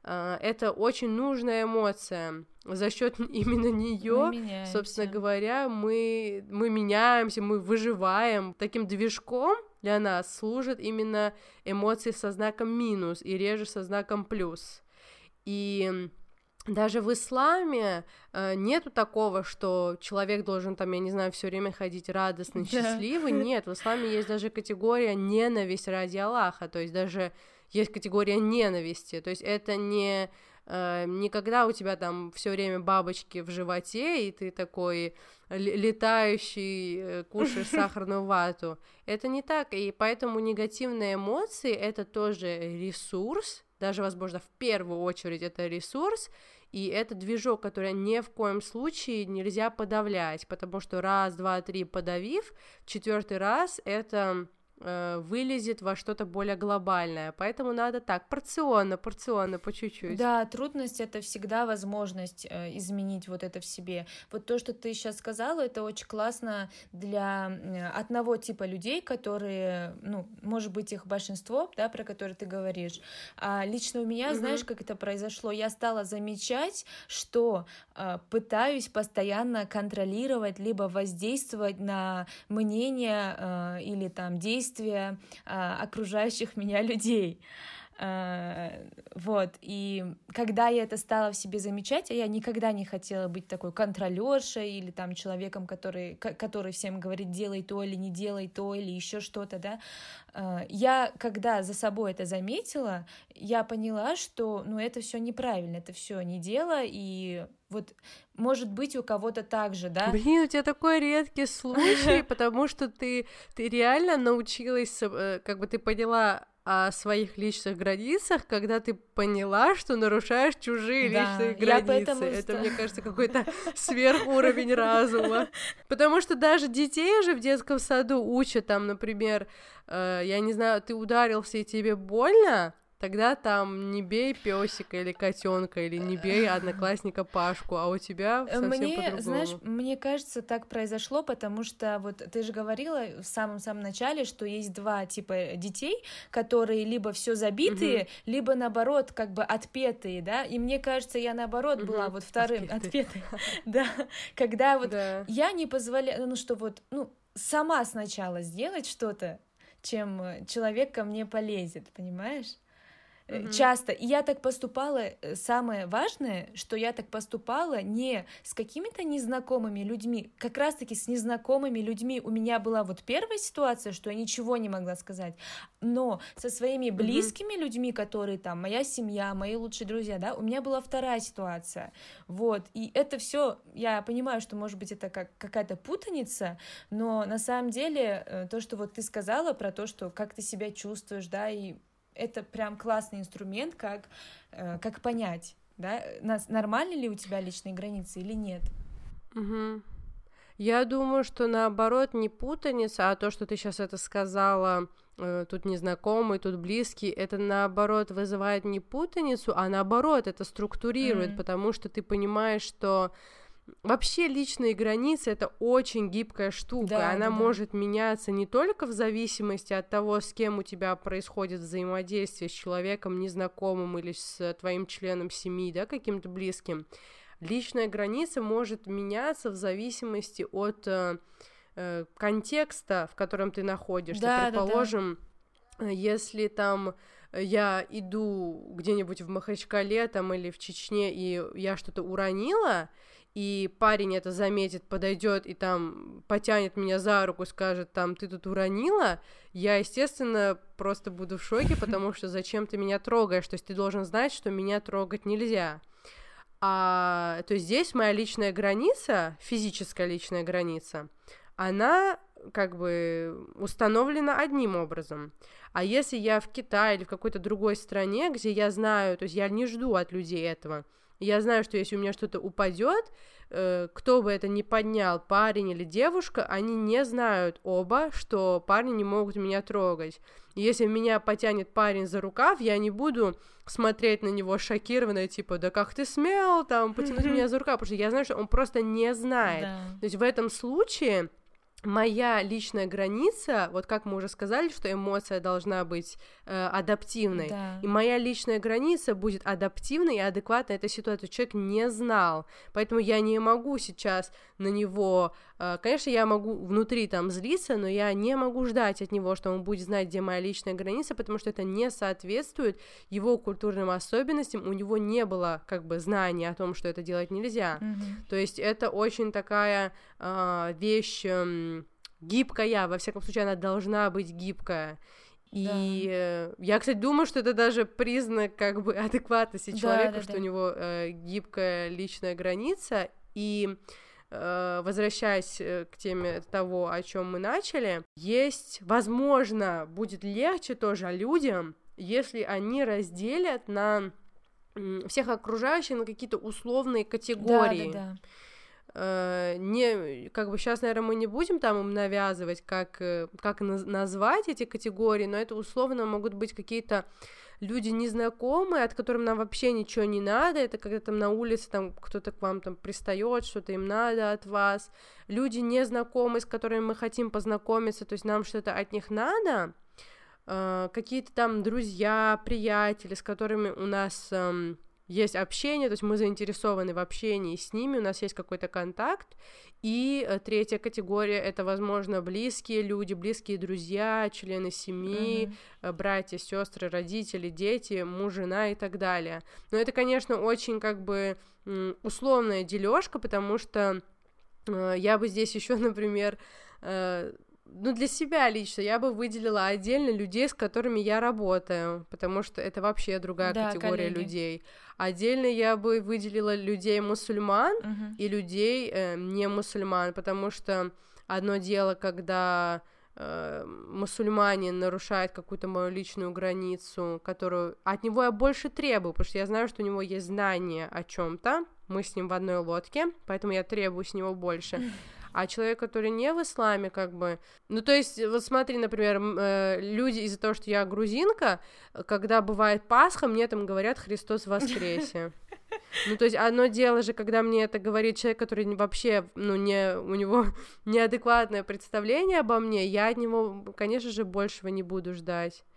это очень нужная эмоция. За счет именно нее, собственно говоря, мы, мы меняемся, мы выживаем. Таким движком для нас служат именно эмоции со знаком минус и реже со знаком плюс. И даже в исламе э, нету такого, что человек должен там, я не знаю, все время ходить радостный, yeah. счастливый. Нет, в исламе есть даже категория ненависть ради Аллаха, то есть даже есть категория ненависти, то есть это не... не когда у тебя там все время бабочки в животе, и ты такой летающий, кушаешь сахарную вату. Это не так, и поэтому негативные эмоции — это тоже ресурс, даже, возможно, в первую очередь это ресурс, и это движок, который ни в коем случае нельзя подавлять, потому что раз, два, три подавив, четвертый раз это... вылезет во что-то более глобальное, поэтому надо так, порционно, порционно, по чуть-чуть. Да, трудность — это всегда возможность э, изменить вот это в себе. Вот то, что ты сейчас сказала, это очень классно для одного типа людей, которые, ну, может быть, их большинство, да, про которые ты говоришь. А лично у меня, mm-hmm. знаешь, как это произошло? Я стала замечать, что э, пытаюсь постоянно контролировать либо воздействовать на мнение э, или там действия а, окружающих меня людей. А, вот, и когда я это стала в себе замечать, а я никогда не хотела быть такой контролершей или там человеком, который, который всем говорит, делай то или не делай то, или еще что-то, да, а, я, когда за собой это заметила, я поняла, что, ну, это все неправильно, это все не дело, и вот, может быть, у кого-то так же, да? Блин, у тебя такой редкий случай, потому что ты, ты реально научилась, как бы ты поняла о своих личных границах, когда ты поняла, что нарушаешь чужие да, личные границы. Это, что... мне кажется, какой-то сверхуровень разума. Потому что даже детей же в детском саду учат, там, например, э, я не знаю, ты ударился и тебе больно, тогда там не бей пёсика или котенка, или не бей одноклассника Пашку, а у тебя совсем мне, по-другому. Знаешь, мне кажется, так произошло, потому что вот ты же говорила в самом-самом начале, что есть два типа детей, которые либо все забитые, угу. либо наоборот как бы отпетые, да, и мне кажется, я наоборот угу. была вот вторым отпетой, да, когда вот я не позволяю, ну что вот, ну сама сначала сделать что-то, чем человек ко мне полезет, понимаешь? Mm-hmm. Часто. И я так поступала, самое важное, что я так поступала не с какими-то незнакомыми людьми, как раз-таки с незнакомыми людьми. У меня была вот первая ситуация, что я ничего не могла сказать, но со своими близкими mm-hmm. людьми, которые там, моя семья, мои лучшие друзья, да, у меня была вторая ситуация. Вот. И это все, я понимаю, что, может быть, это как какая-то путаница, но на самом деле то, что вот ты сказала про то, что как ты себя чувствуешь, да, и это прям классный инструмент, как, э, как понять, да, нормальны ли у тебя личные границы или нет. Угу. Я думаю, что наоборот не путаница, а то, что ты сейчас это сказала, э, тут незнакомый, тут близкий, это наоборот вызывает не путаницу, а наоборот это структурирует, mm-hmm. потому что ты понимаешь, что вообще личные границы — это очень гибкая штука, да, она да, может да. меняться не только в зависимости от того, с кем у тебя происходит взаимодействие, с человеком незнакомым или с твоим членом семьи, да, каким-то близким. Личная граница может меняться в зависимости от э, э, контекста, в котором ты находишься. Да, предположим, да, да. если там я иду где-нибудь в Махачкале там, или в Чечне, и я что-то уронила, и парень это заметит, подойдет и там потянет меня за руку, скажет, там, ты тут уронила, я, естественно, просто буду в шоке, потому что зачем ты меня трогаешь, то есть ты должен знать, что меня трогать нельзя. А, то есть здесь моя личная граница, физическая личная граница, она как бы установлена одним образом. А если я в Китае или в какой-то другой стране, где я знаю, то есть я не жду от людей этого, я знаю, что если у меня что-то упадет, э, кто бы это ни поднял, парень или девушка, они не знают оба, что парни не могут меня трогать. И если меня потянет парень за рукав, я не буду смотреть на него шокированно, типа, да как ты смел там потянуть меня за рукав, потому что я знаю, что он просто не знает. Да. То есть в этом случае моя личная граница, вот как мы уже сказали, что эмоция должна быть э, адаптивной, Да. и моя личная граница будет адаптивной и адекватной этой ситуации. Человек не знал, поэтому я не могу сейчас на него, э, конечно, я могу внутри там злиться, но я не могу ждать от него, что он будет знать, где моя личная граница, потому что это не соответствует его культурным особенностям, у него не было как бы знания о том, что это делать нельзя. Мгм. То есть это очень такая э, вещь э, гибкая, во всяком случае, она должна быть гибкая. И э, я, кстати, думаю, что это даже признак как бы адекватности Да, человека, да, что да. у него э, гибкая личная граница. И э, возвращаясь э, к теме того, о чем мы начали, есть, возможно, будет легче тоже людям, если они разделят на м, всех окружающих на какие-то условные категории. Да, да, да. Э, не, как бы сейчас, наверное, мы не будем там им навязывать, как, э, как наз- назвать эти категории, но это условно могут быть какие-то люди незнакомые, от которых нам вообще ничего не надо, это когда там на улице там кто-то к вам там пристает, что-то им надо от вас, люди незнакомые, с которыми мы хотим познакомиться, то есть нам что-то от них надо, э, какие-то там друзья, приятели, с которыми у нас... эм, есть общение, то есть мы заинтересованы в общении с ними, у нас есть какой-то контакт, и э, третья категория — это, возможно, близкие люди, близкие друзья, члены семьи, Мгм. э, братья, сестры, родители, дети, муж, жена и так далее. Но это, конечно, очень как бы м, условная дележка, потому что э, я бы здесь еще, например, э, ну, для себя лично я бы выделила отдельно людей, с которыми я работаю, потому что это вообще другая Да, категория коллеги. людей. Отдельно я бы выделила людей мусульман Мгм. и людей э, не мусульман, потому что одно дело, когда э, мусульманин нарушает какую-то мою личную границу, которую от него я больше требую, потому что я знаю, что у него есть знание о чем-то, мы с ним в одной лодке, поэтому я требую с него больше. А человек, который не в исламе, как бы... Ну, то есть, вот смотри, например, м, э, люди из-за того, что я грузинка, когда бывает Пасха, мне там говорят «Христос воскресе». Ну, то есть, одно дело же, когда мне это говорит человек, который не- вообще, ну, не, у него неадекватное представление обо мне, я от него, конечно же, большего не буду ждать.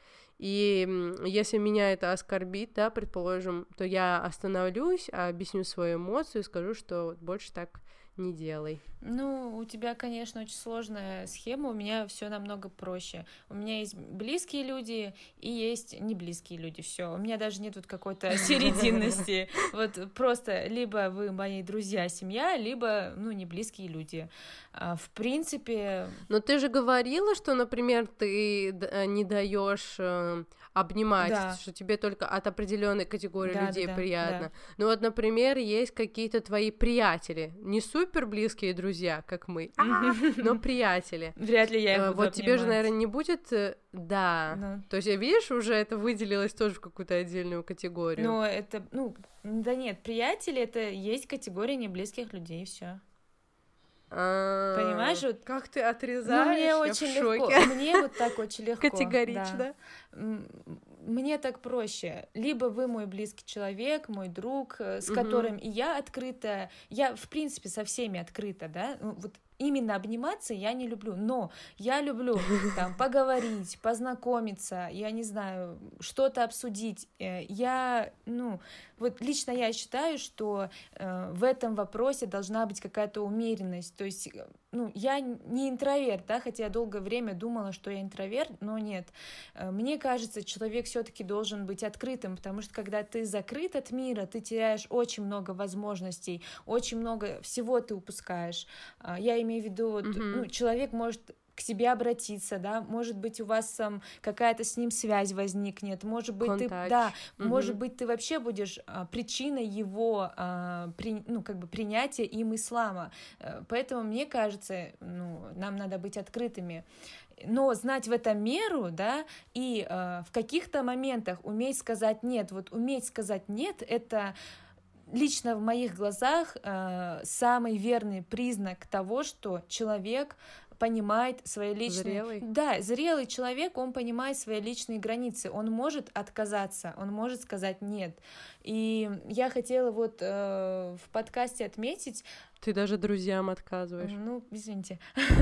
И м, если меня это оскорбит, да, предположим, то я остановлюсь, объясню свою эмоцию и скажу, что вот больше так не делай. Ну, у тебя, конечно, очень сложная схема, у меня все намного проще. У меня есть близкие люди и есть не близкие люди, все. У меня даже нет вот какой-то серединности. Вот просто либо вы мои друзья, семья, либо, ну, не близкие люди. А, В принципе, Но ты же говорила, что, например, ты д- э, не даешь э, обнимать, Да. что тебе только от определенной категории Да, людей да, да, приятно. да. Ну вот, например, есть какие-то твои приятели, не супер близкие друзья, как мы, а, но приятели. вряд ли я их Э, буду Вот тебе же, обнимать. наверное, не будет, э, да. Ну, То есть, видишь, уже это выделилось тоже в какую-то отдельную категорию. Но это, ну, да нет, приятели — это есть категория неблизких людей, все. А, Понимаешь, вот- Как ты Ну, отрезаешь? мне Я очень в легко, шоке. мне вот так очень легко. Категорично. Да. М, Мне так проще. Либо вы мой близкий человек, мой друг, э, с Мгм. которым и я открыта, я, в принципе, со всеми открыта, да, ну, вот именно обниматься я не люблю, но я люблю там поговорить, познакомиться, я не знаю, что-то обсудить. Э, Я, ну, вот лично я считаю, что э, в этом вопросе должна быть какая-то умеренность, то есть, э, ну, я не интроверт, да, хотя я долгое время думала, что я интроверт, но нет. Э, Мне кажется, человек все-таки должен быть открытым, потому что когда ты закрыт от мира, ты теряешь очень много возможностей, очень много всего ты упускаешь. А, Я имею в виду, вот, Мгм. ну, человек может к себе обратиться, да, может быть, у вас там какая-то с ним связь возникнет, может быть, ты, Контакт. да, Мгм. может быть, ты вообще будешь а, причиной его, а, при- ну, как бы принятия им ислама. Э, Поэтому мне кажется, ну, нам надо быть открытыми, но знать в этом меру, да, и э, в каких-то моментах уметь сказать нет. Вот уметь сказать нет — это лично в моих глазах э, самый верный признак того, что человек понимает свои личные... Зрелый. Да, зрелый человек, он понимает свои личные границы, он может отказаться, он может сказать нет. И я хотела вот э, в подкасте отметить... Ты даже друзьям отказываешь. Ну, извините.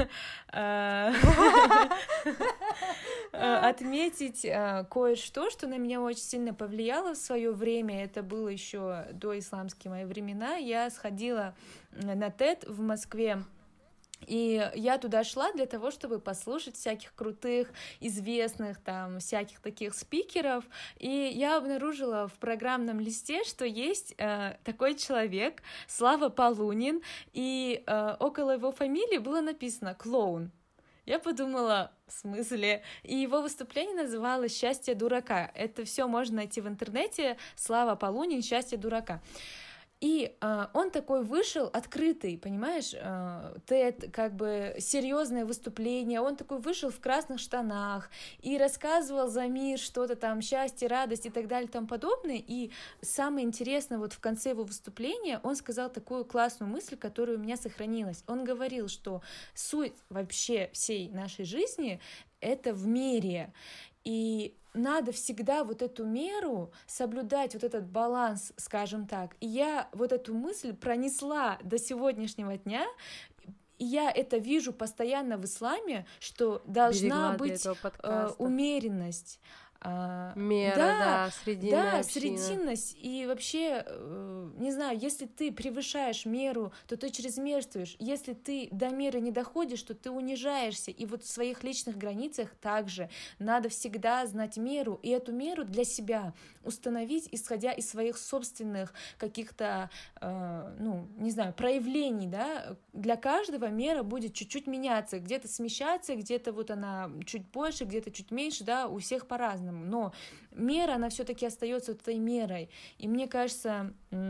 Отметить кое-что, что на меня очень сильно повлияло в свое время. Это было еще до исламские мои времена. Я сходила на тед в Москве. И я туда шла для того, чтобы послушать всяких крутых, известных, там, всяких таких спикеров, и я обнаружила в программном листе, что есть э, такой человек, Слава Полунин, и э, около его фамилии было написано «клоун». Я подумала, в смысле? И его выступление называлось «Счастье дурака». Это все можно найти в интернете. Слава Полунин «Счастье дурака». И э, он такой вышел открытый, понимаешь, э, тед, как бы серьезное выступление, он такой вышел в красных штанах и рассказывал за мир что-то там, счастье, радость и так далее и тому подобное. И самое интересное, вот в конце его выступления он сказал такую классную мысль, которая у меня сохранилась. Он говорил, что суть вообще всей нашей жизни — это в мире. И надо всегда вот эту меру соблюдать, вот этот баланс, скажем так. И я вот эту мысль пронесла до сегодняшнего дня, и я это вижу постоянно в исламе, что должна быть э, умеренность. Мера, да, да, срединная да, община. срединность, и вообще, не знаю, если ты превышаешь меру, то ты чрезмерствуешь, если ты до меры не доходишь, то ты унижаешься, и вот в своих личных границах также надо всегда знать меру, и эту меру для себя установить, исходя из своих собственных каких-то, ну, не знаю, проявлений, да, для каждого мера будет чуть-чуть меняться, где-то смещаться, где-то вот она чуть больше, где-то чуть меньше, да, у всех по-разному. Но мера, она все-таки остается вот этой мерой. И мне кажется,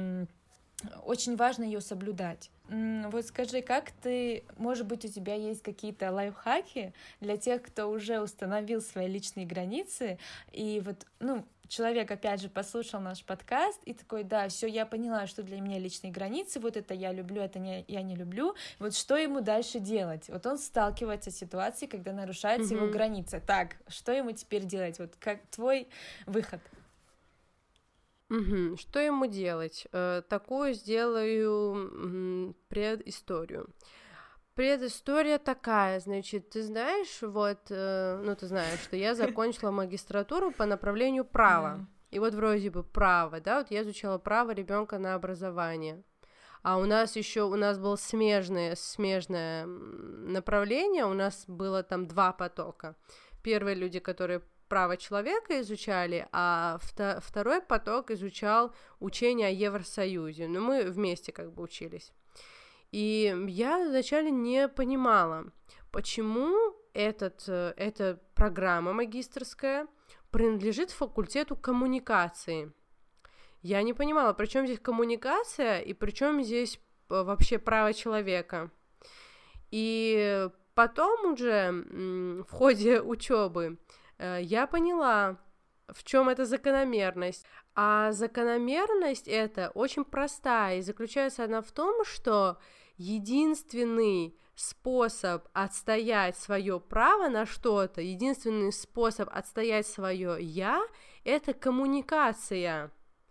очень важно ее соблюдать. Вот скажи, как ты, может быть, у тебя есть какие-то лайфхаки для тех, кто уже установил свои личные границы, и вот, ну, человек, опять же, послушал наш подкаст и такой, да, все, я поняла, что для меня личные границы, вот это я люблю, это не, я не люблю, вот что ему дальше делать? Вот он сталкивается с ситуацией, когда нарушается mm-hmm. его граница. Так, что ему теперь делать? Вот как твой выход? Угу. Что ему делать? Э, такую сделаю м, предысторию. Предыстория такая, значит, ты знаешь, вот, э, ну, ты знаешь, что я закончила магистратуру по направлению права. Yeah. И вот вроде бы право, да, вот я изучала право ребенка на образование. А у нас еще, у нас было смежное, смежное направление, у нас было там два потока. Первые люди, которые право человека изучали, а вто- второй поток изучал учение о Евросоюзе. Но мы вместе как бы учились. И я вначале не понимала, почему этот, эта программа магистерская принадлежит факультету коммуникации. Я не понимала, при чем здесь коммуникация и при чем здесь вообще право человека. И потом уже в ходе учебы я поняла, в чем эта закономерность. А закономерность эта очень простая, и заключается она в том, что единственный способ отстоять свое право на что-то, единственный способ отстоять свое «я» — это коммуникация.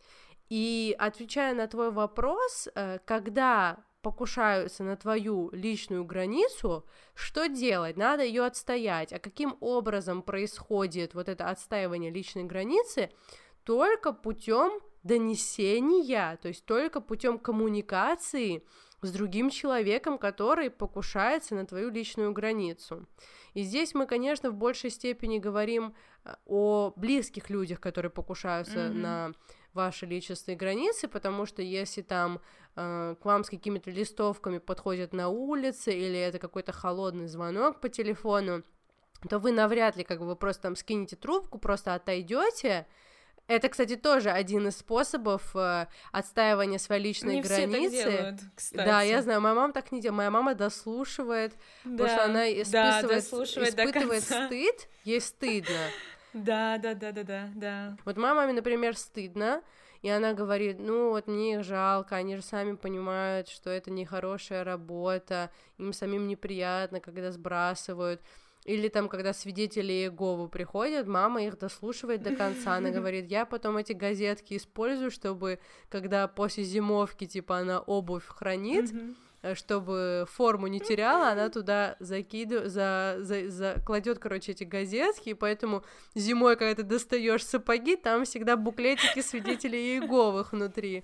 И отвечая на твой вопрос, когда покушаются на твою личную границу, что делать? Надо ее отстоять. А каким образом происходит вот это отстаивание личной границы? Только путем донесения, то есть только путем коммуникации с другим человеком, который покушается на твою личную границу. И здесь мы, конечно, в большей степени говорим о близких людях, которые покушаются mm-hmm. на ваши личностные границы, потому что если там э, к вам с какими-то листовками подходят на улице, или это какой-то холодный звонок по телефону, то вы навряд ли как бы вы просто там скинете трубку, просто отойдете. Это, кстати, тоже один из способов э, отстаивания своей личной не границы. Все так делают, кстати. Да, я знаю, моя мама так не делает. Моя мама дослушивает, да, потому что она испытывает, да, испытывает стыд, ей стыдно. Да, да, да, да, да, да. Вот моей маме, например, стыдно, и она говорит, ну вот мне их жалко, они же сами понимают, что это нехорошая работа, им самим неприятно, когда сбрасывают. Или там, когда свидетели Иеговы приходят, мама их дослушивает до конца, она говорит, я потом эти газетки использую, чтобы, когда после зимовки, типа, она обувь хранит, чтобы форму не теряла, она туда закидывает, за, за, за, кладет, короче, эти газетки, и поэтому зимой, когда ты достаешь сапоги, там всегда буклетики свидетелей Иеговых внутри.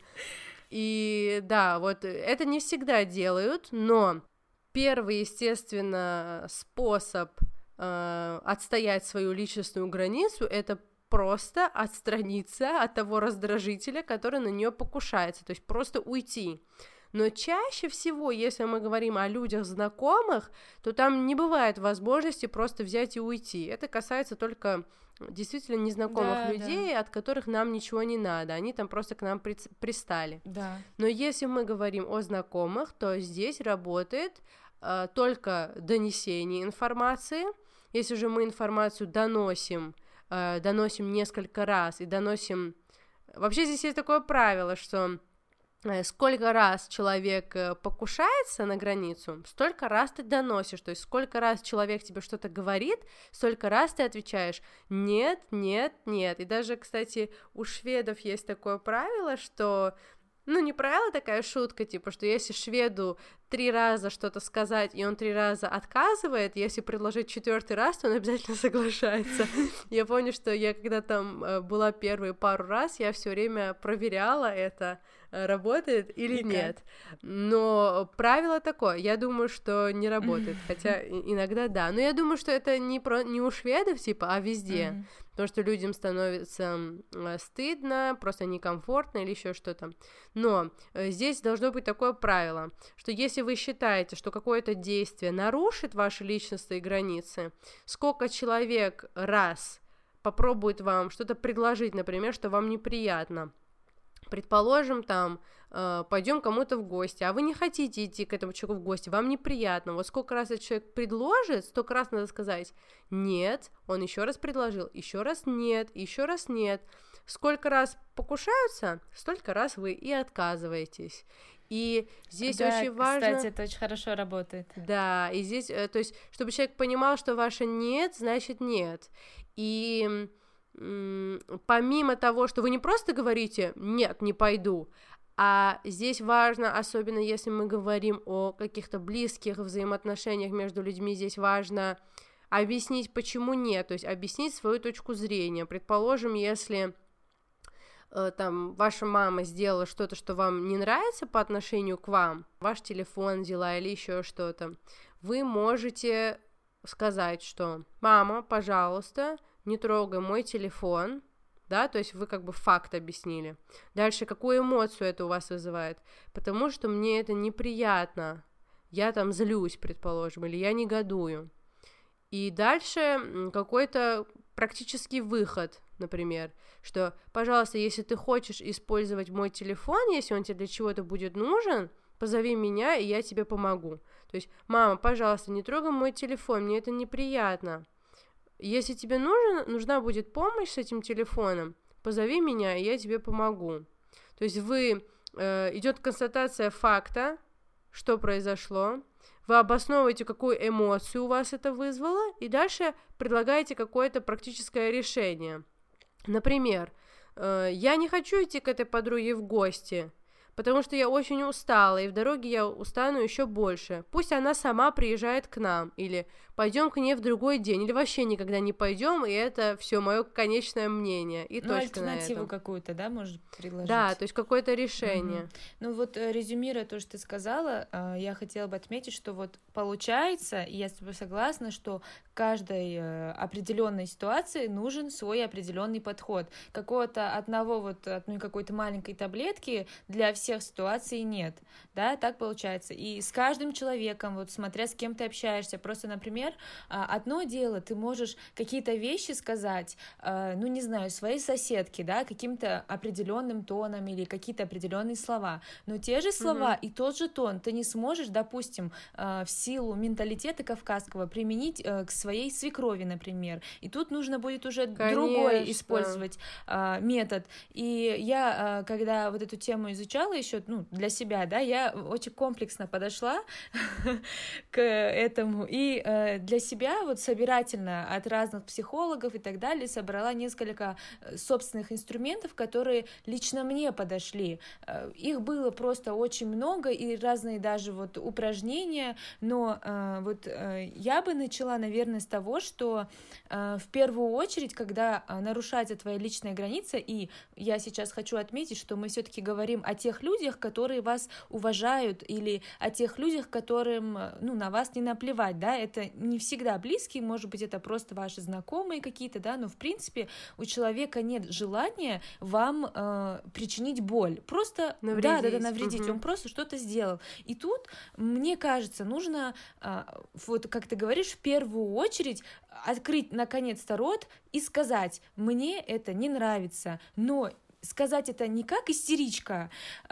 И да, вот это не всегда делают, но первый, естественно, способ э, отстоять свою личностную границу — это просто отстраниться от того раздражителя, который на нее покушается, то есть просто уйти. Но чаще всего, если мы говорим о людях знакомых, то там не бывает возможности просто взять и уйти. Это касается только действительно незнакомых да, людей, да. от которых нам ничего не надо, они там просто к нам при- пристали. Да. Но если мы говорим о знакомых, то здесь работает э, только донесение информации. Если же мы информацию доносим, э, доносим несколько раз и доносим... Вообще здесь есть такое правило, что сколько раз человек покушается на границу, столько раз ты доносишь, то есть сколько раз человек тебе что-то говорит, столько раз ты отвечаешь «нет, нет, нет». И даже, кстати, у шведов есть такое правило, что, ну, не правило, такая шутка, типа, что если шведу три раза что-то сказать, и он три раза отказывает, если предложить четвертый раз, то он обязательно соглашается. Я помню, что я когда там была первые пару раз, я все время проверяла это, работает или и нет. Как? Но правило такое, я думаю, что не работает, хотя иногда да. Но я думаю, что это не, про, не у шведов, типа, а везде. Mm-hmm. Потому что людям становится стыдно, просто некомфортно или еще что-то. Но здесь должно быть такое правило, что если вы считаете, что какое-то действие нарушит ваши личностные границы, сколько человек раз попробует вам что-то предложить, например, что вам неприятно, предположим, там, э, пойдем кому-то в гости, а вы не хотите идти к этому человеку в гости, вам неприятно, вот сколько раз этот человек предложит, столько раз надо сказать «нет», он еще раз предложил, еще раз «нет», еще раз «нет», сколько раз покушаются, столько раз вы и отказываетесь. И здесь да, очень важно... кстати, это очень хорошо работает. Да, и здесь, то есть, чтобы человек понимал, что ваше «нет» значит «нет», и... помимо того, что вы не просто говорите «нет, не пойду», а здесь важно, особенно если мы говорим о каких-то близких взаимоотношениях между людьми, здесь важно объяснить, почему нет, то есть объяснить свою точку зрения. Предположим, если э, там ваша мама сделала что-то, что вам не нравится по отношению к вам, ваш телефон взяла или еще что-то, вы можете сказать, что «мама, пожалуйста, не трогай мой телефон», да, то есть вы как бы факт объяснили. Дальше, какую эмоцию это у вас вызывает? Потому что мне это неприятно, я там злюсь, предположим, или я негодую. И дальше какой-то практический выход, например, что, пожалуйста, если ты хочешь использовать мой телефон, если он тебе для чего-то будет нужен, позови меня, и я тебе помогу. То есть, мама, пожалуйста, не трогай мой телефон, мне это неприятно. Если тебе нужен, нужна будет помощь с этим телефоном, позови меня, и я тебе помогу. То есть вы, э, идет констатация факта, что произошло, вы обосновываете, какую эмоцию у вас это вызвало, и дальше предлагаете какое-то практическое решение. Например, э, я не хочу идти к этой подруге в гости, потому что я очень устала, и в дороге я устану еще больше. Пусть она сама приезжает к нам, или пойдем к ней в другой день, или вообще никогда не пойдем, и это все мое конечное мнение, и ну, точка на этом. Альтернативу какую-то, да, может предложить? Да, то есть какое-то решение. Угу. Ну вот, резюмируя то, что ты сказала, я хотела бы отметить, что вот получается, и я с тобой согласна, что каждой определенной ситуации нужен свой определенный подход. Какого-то одного вот, одной какой-то маленькой таблетки для всех ситуаций нет, да, так получается. И с каждым человеком, вот смотря с кем ты общаешься, просто, например, одно дело, ты можешь какие-то вещи сказать, ну, не знаю, своей соседке, да, каким-то определенным тоном или какие-то определенные слова, но те же слова mm-hmm. и тот же тон ты не сможешь, допустим, в силу менталитета кавказского применить к своей свекрови, например. И тут нужно будет уже Конечно. другой использовать а, метод. И я, а, когда вот эту тему изучала еще, ну, для себя, да, я очень комплексно подошла к этому, и а, для себя вот собирательно от разных психологов и так далее собрала несколько собственных инструментов, которые лично мне подошли. Их было просто очень много, и разные даже вот упражнения, но э, вот э, я бы начала, наверное, с того, что э, в первую очередь, когда э, нарушается твоя личная граница, и я сейчас хочу отметить, что мы все-таки говорим о тех людях, которые вас уважают, или о тех людях, которым, ну, на вас не наплевать, да, это не всегда близкие, может быть, это просто ваши знакомые какие-то, да, но в принципе у человека нет желания вам э, причинить боль, просто, навредить. да, да, да, навредить, угу. Он просто что-то сделал, и тут, мне кажется, нужно, э, вот как ты говоришь, в первую очередь открыть наконец-то рот и сказать: мне это не нравится, но сказать это не как истеричка,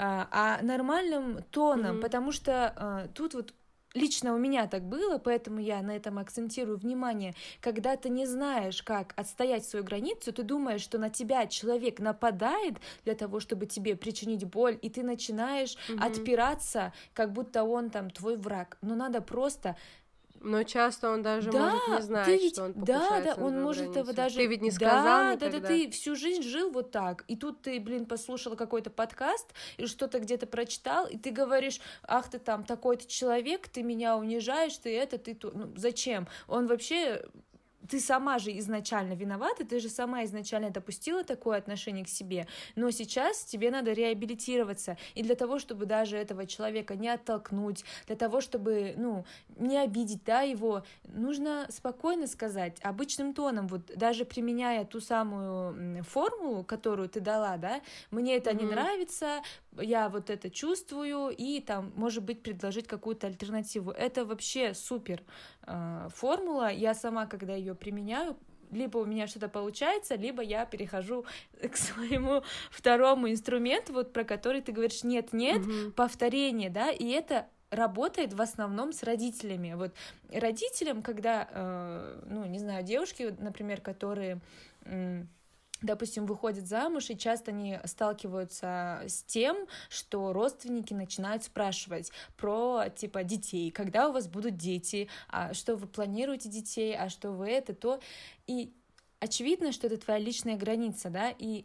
а нормальным тоном, mm-hmm. потому что тут вот лично у меня так было, поэтому я на этом акцентирую внимание. Когда ты не знаешь, как отстоять свою границу, ты думаешь, что на тебя человек нападает для того, чтобы тебе причинить боль, и ты начинаешь mm-hmm. отпираться, как будто он там твой враг. Но надо просто... Но часто он даже да, может не знать, ведь, что он покушается да, да, он на может границу. его даже... Ты ведь не сказал да, никогда. Да, да, ты всю жизнь жил вот так, и тут ты, блин, послушала какой-то подкаст, или что-то где-то прочитал, и ты говоришь: ах, ты там такой-то человек, ты меня унижаешь, ты это, ты то... Ну, зачем? Он вообще... Ты сама же изначально виновата, ты же сама изначально допустила такое отношение к себе, но сейчас тебе надо реабилитироваться, и для того, чтобы даже этого человека не оттолкнуть, для того, чтобы, ну, не обидеть, да, его, нужно спокойно сказать, обычным тоном, вот даже применяя ту самую формулу, которую ты дала, да, мне это mm-hmm. не нравится, я вот это чувствую, и там, может быть, предложить какую-то альтернативу. Это вообще супер э, формула. Я сама, когда ее применяю, либо у меня что-то получается, либо я перехожу к своему второму инструменту, вот про который ты говоришь нет-нет, mm-hmm. повторение, да, и это работает в основном с родителями. Вот родителям, когда, э, ну, не знаю, девушки, например, которые... Э, допустим, выходят замуж, и часто они сталкиваются с тем, что родственники начинают спрашивать про, типа, детей, когда у вас будут дети, а что вы планируете детей, а что вы это, то, и очевидно, что это твоя личная граница, да, и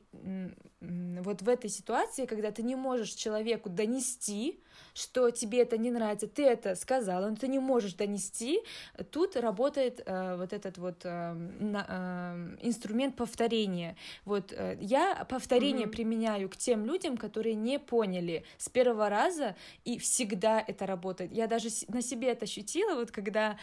вот в этой ситуации, когда ты не можешь человеку донести, что тебе это не нравится, ты это сказала, но ты не можешь донести, тут работает э, вот этот вот э, на, э, инструмент повторения. Вот э, я повторение mm-hmm. применяю к тем людям, которые не поняли с первого раза, и всегда это работает. Я даже на себе это ощутила, вот когда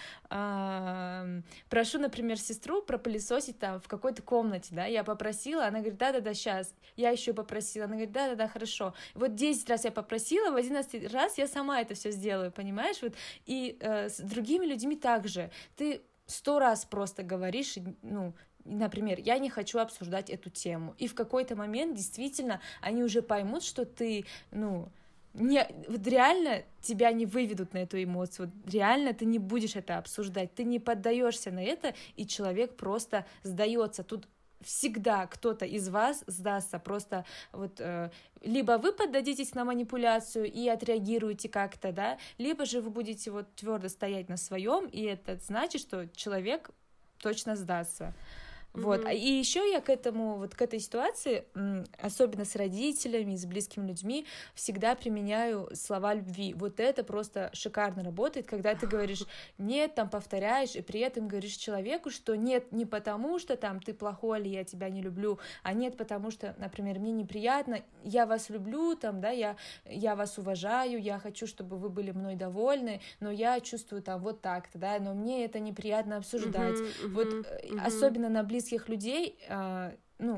э, прошу, например, сестру пропылесосить там в какой-то комнате, да, я попросила, она говорит: да-да-да, сейчас. Я еще попросила, она говорит: да-да-да, хорошо. Вот десять раз я попросила, в одиннадцатый раз я сама это все сделаю, понимаешь? Вот. И э, с другими людьми также. Ты сто раз просто говоришь, ну, например, я не хочу обсуждать эту тему. И в какой-то момент действительно они уже поймут, что ты, ну, не, вот реально тебя не выведут на эту эмоцию, вот реально ты не будешь это обсуждать, ты не поддаешься на это, и человек просто сдается. Тут всегда кто-то из вас сдастся, просто вот э, либо вы поддадитесь на манипуляцию и отреагируете как-то, да, либо же вы будете вот твердо стоять на своем, и это значит, что человек точно сдастся. Вот. Mm-hmm. И еще я к этому, вот к этой ситуации, особенно с родителями, с близкими людьми, всегда применяю слова любви. Вот это просто шикарно работает, когда ты говоришь нет, там повторяешь, и при этом говоришь человеку, что нет не потому, что там ты плохой или я тебя не люблю, а нет потому, что, например, мне неприятно, я вас люблю, там, да, я, я вас уважаю, я хочу, чтобы вы были мной довольны, но я чувствую там вот так-то, да, но мне это неприятно обсуждать. Mm-hmm, mm-hmm, вот mm-hmm. особенно на близких людей, э, ну,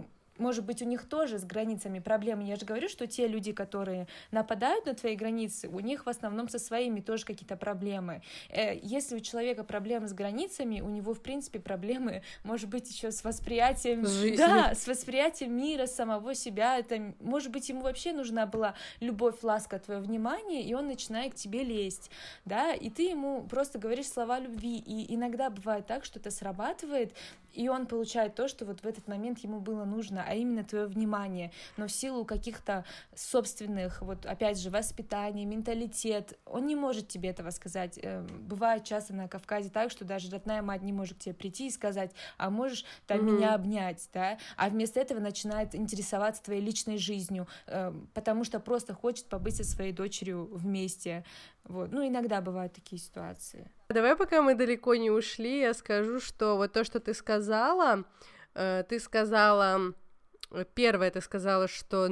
может быть, у них тоже с границами проблемы. Я же говорю, что те люди, которые нападают на твои границы, у них в основном со своими тоже какие-то проблемы. Если у человека проблемы с границами, у него, в принципе, проблемы, может быть, еще с восприятием... Жизни. Да, с восприятием мира, самого себя. Это, может быть, ему вообще нужна была любовь, ласка, твое внимание, и он начинает к тебе лезть, да, и ты ему просто говоришь слова любви, и иногда бывает так, что это срабатывает, и он получает то, что вот в этот момент ему было нужно, а именно твое внимание, но в силу каких-то собственных, вот опять же, воспитания, менталитет, он не может тебе этого сказать. Бывает часто на Кавказе так, что даже родная мать не может к тебе прийти и сказать, а можешь там mm-hmm. меня обнять, да, а вместо этого начинает интересоваться твоей личной жизнью, потому что просто хочет побыть со своей дочерью вместе. Вот. Ну, иногда бывают такие ситуации. Давай, пока мы далеко не ушли, я скажу, что вот то, что ты сказала, э, ты сказала, первое, ты сказала, что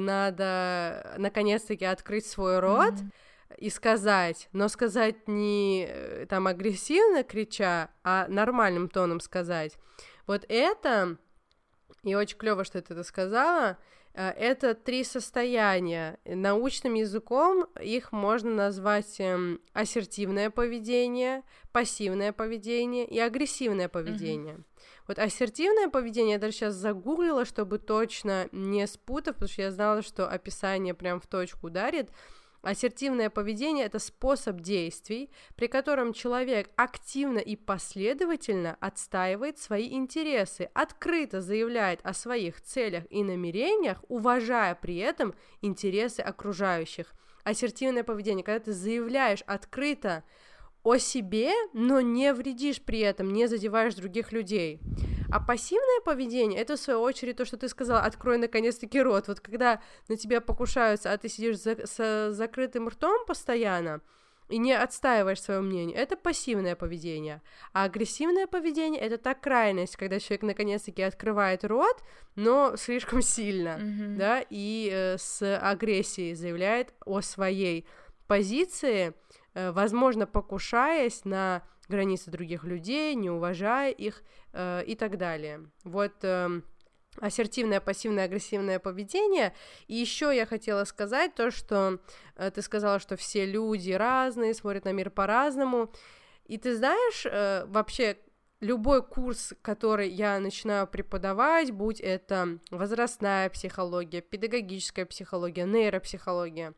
надо наконец-таки открыть свой рот mm-hmm. и сказать, но сказать не там агрессивно крича, а нормальным тоном сказать. Вот это, и очень клево, что ты это сказала, это три состояния. Научным языком их можно назвать ассертивное поведение, пассивное поведение и агрессивное поведение. Mm-hmm. Вот ассертивное поведение я даже сейчас загуглила, чтобы точно не спутать, потому что я знала, что описание прям в точку ударит. Ассертивное поведение — это способ действий, при котором человек активно и последовательно отстаивает свои интересы, открыто заявляет о своих целях и намерениях, уважая при этом интересы окружающих. Ассертивное поведение, когда ты заявляешь открыто о себе, но не вредишь при этом, не задеваешь других людей. А пассивное поведение — это, в свою очередь, то, что ты сказала, открой наконец-таки рот. Вот когда на тебя покушаются, а ты сидишь за, с закрытым ртом постоянно и не отстаиваешь свое мнение, это пассивное поведение. А агрессивное поведение — это та крайность, когда человек наконец-таки открывает рот, но слишком сильно, mm-hmm. да, и э, с агрессией заявляет о своей позиции, возможно, покушаясь на границы других людей, не уважая их э, и так далее. Вот э, ассертивное, пассивное, агрессивное поведение. И еще я хотела сказать то, что э, ты сказала, что все люди разные, смотрят на мир по-разному. И ты знаешь, э, вообще любой курс, который я начинаю преподавать, будь это возрастная психология, педагогическая психология, нейропсихология,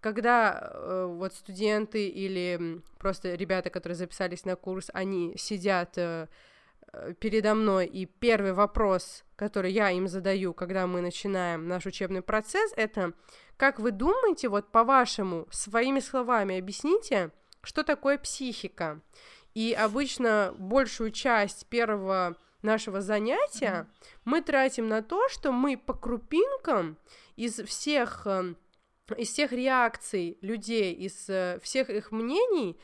когда э, вот студенты или просто ребята, которые записались на курс, они сидят э, передо мной, и первый вопрос, который я им задаю, когда мы начинаем наш учебный процесс, это: как вы думаете, вот по-вашему, своими словами объясните, что такое психика? И обычно большую часть первого нашего занятия mm-hmm. мы тратим на то, что мы по крупинкам из всех... из всех реакций людей, из э, всех их мнений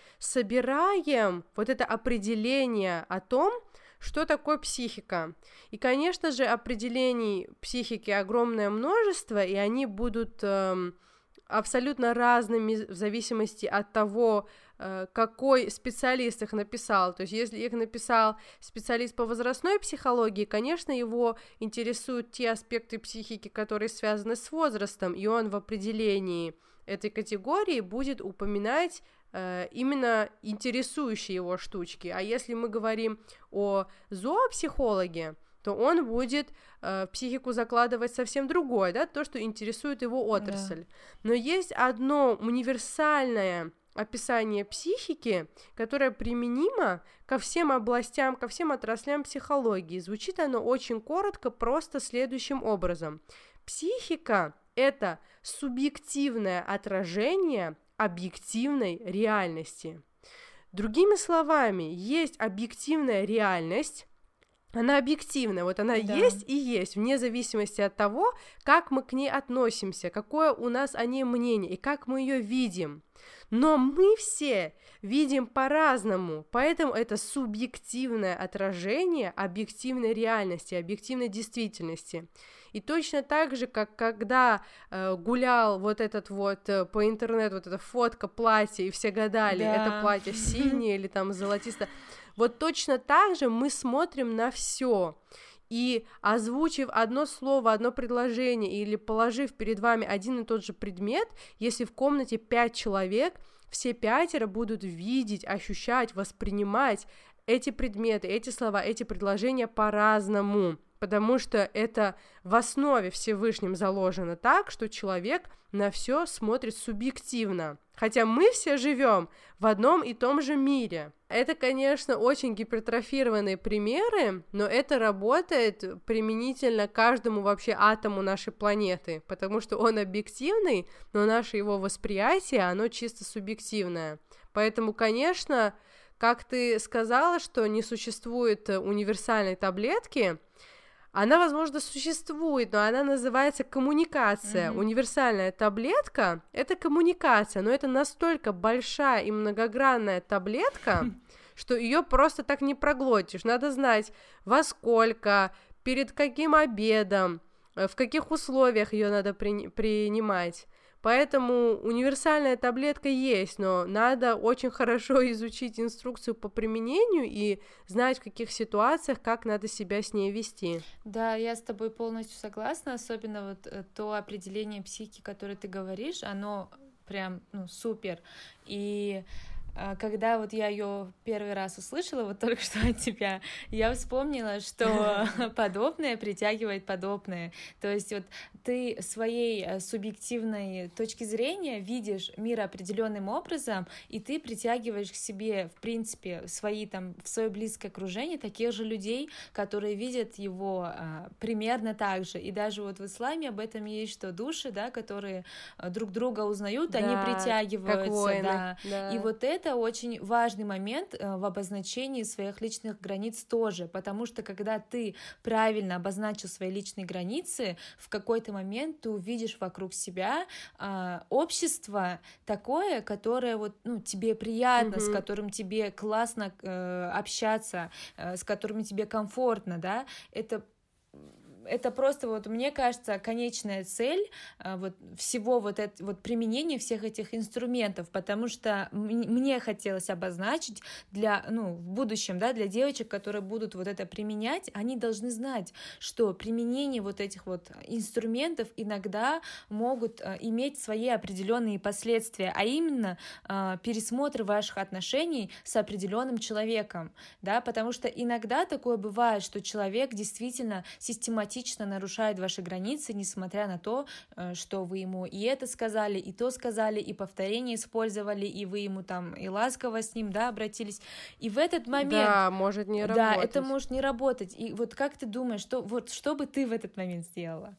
собираем вот это определение о том, что такое психика. И, конечно же, определений психики огромное множество, и они будут э, абсолютно разными в зависимости от того, э, какой специалист их написал. То есть, если их написал специалист по возрастной психологии, конечно, его интересуют те аспекты психики, которые связаны с возрастом, и он в определении этой категории будет упоминать э, именно интересующие его штучки. А если мы говорим о зоопсихологе, то он будет э, в психику закладывать совсем другое, да, то, что интересует его отрасль. Да. Но есть одно универсальное описание психики, которое применимо ко всем областям, ко всем отраслям психологии. Звучит оно очень коротко, просто следующим образом. Психика — это субъективное отражение объективной реальности. Другими словами, есть объективная реальность, она объективна, вот она да. есть и есть, вне зависимости от того, как мы к ней относимся, какое у нас о ней мнение и как мы ее видим. Но мы все видим по-разному, поэтому это субъективное отражение объективной реальности, объективной действительности. И точно так же, как когда э, гулял вот этот вот э, по интернету, вот эта фотка платья, и все гадали, да. это платье синее или там золотистое, вот точно так же мы смотрим на все. И озвучив одно слово, одно предложение или положив перед вами один и тот же предмет, если в комнате пять человек, все пятеро будут видеть, ощущать, воспринимать эти предметы, эти слова, эти предложения по-разному, потому что это в основе Всевышним заложено так, что человек на все смотрит субъективно. Хотя мы все живем в одном и том же мире. Это, конечно, очень гипертрофированные примеры, но это работает применительно каждому вообще атому нашей планеты, потому что он объективный, но наше его восприятие, оно чисто субъективное. Поэтому, конечно, как ты сказала, что не существует универсальной таблетки, она, возможно, существует, но она называется коммуникация. Mm-hmm. Универсальная таблетка — это коммуникация, но это настолько большая и многогранная таблетка, что ее просто так не проглотишь. Надо знать, во сколько, перед каким обедом, в каких условиях ее надо при- принимать. Поэтому универсальная таблетка есть, но надо очень хорошо изучить инструкцию по применению и знать, в каких ситуациях, как надо себя с ней вести. Да, я с тобой полностью согласна, особенно вот то определение психики, которое ты говоришь, оно прям, ну, супер. И когда вот я ее первый раз услышала, вот только что от тебя, я вспомнила, что подобное притягивает подобное. То есть вот ты своей субъективной точки зрения видишь мир определенным образом, и ты притягиваешь к себе, в принципе, свои, там, в свое близкое окружение таких же людей, которые видят его а, примерно так же. И даже вот в исламе об этом есть, что души, да, которые друг друга узнают, да, они притягиваются. Да. Да. И вот это Это очень важный момент в обозначении своих личных границ тоже, потому что когда ты правильно обозначил свои личные границы, в какой-то момент ты увидишь вокруг себя э, общество такое, которое вот, ну, тебе приятно, mm-hmm. с которым тебе классно э, общаться, э, с которым тебе комфортно, да, это это просто, вот мне кажется, конечная цель вот всего вот это, вот применения всех этих инструментов, потому что мне хотелось обозначить для, ну, в будущем, да, для девочек, которые будут вот это применять, они должны знать, что применение вот этих вот инструментов иногда могут иметь свои определенные последствия, а именно пересмотр ваших отношений с определенным человеком, да, потому что иногда такое бывает, что человек действительно систематически нарушает ваши границы, несмотря на то, что вы ему и это сказали, и то сказали, и повторение использовали, и вы ему там и ласково с ним, да, обратились. И в этот момент... Да, может не работать. Да, это может не работать. И вот как ты думаешь, что, вот, что бы ты в этот момент сделала?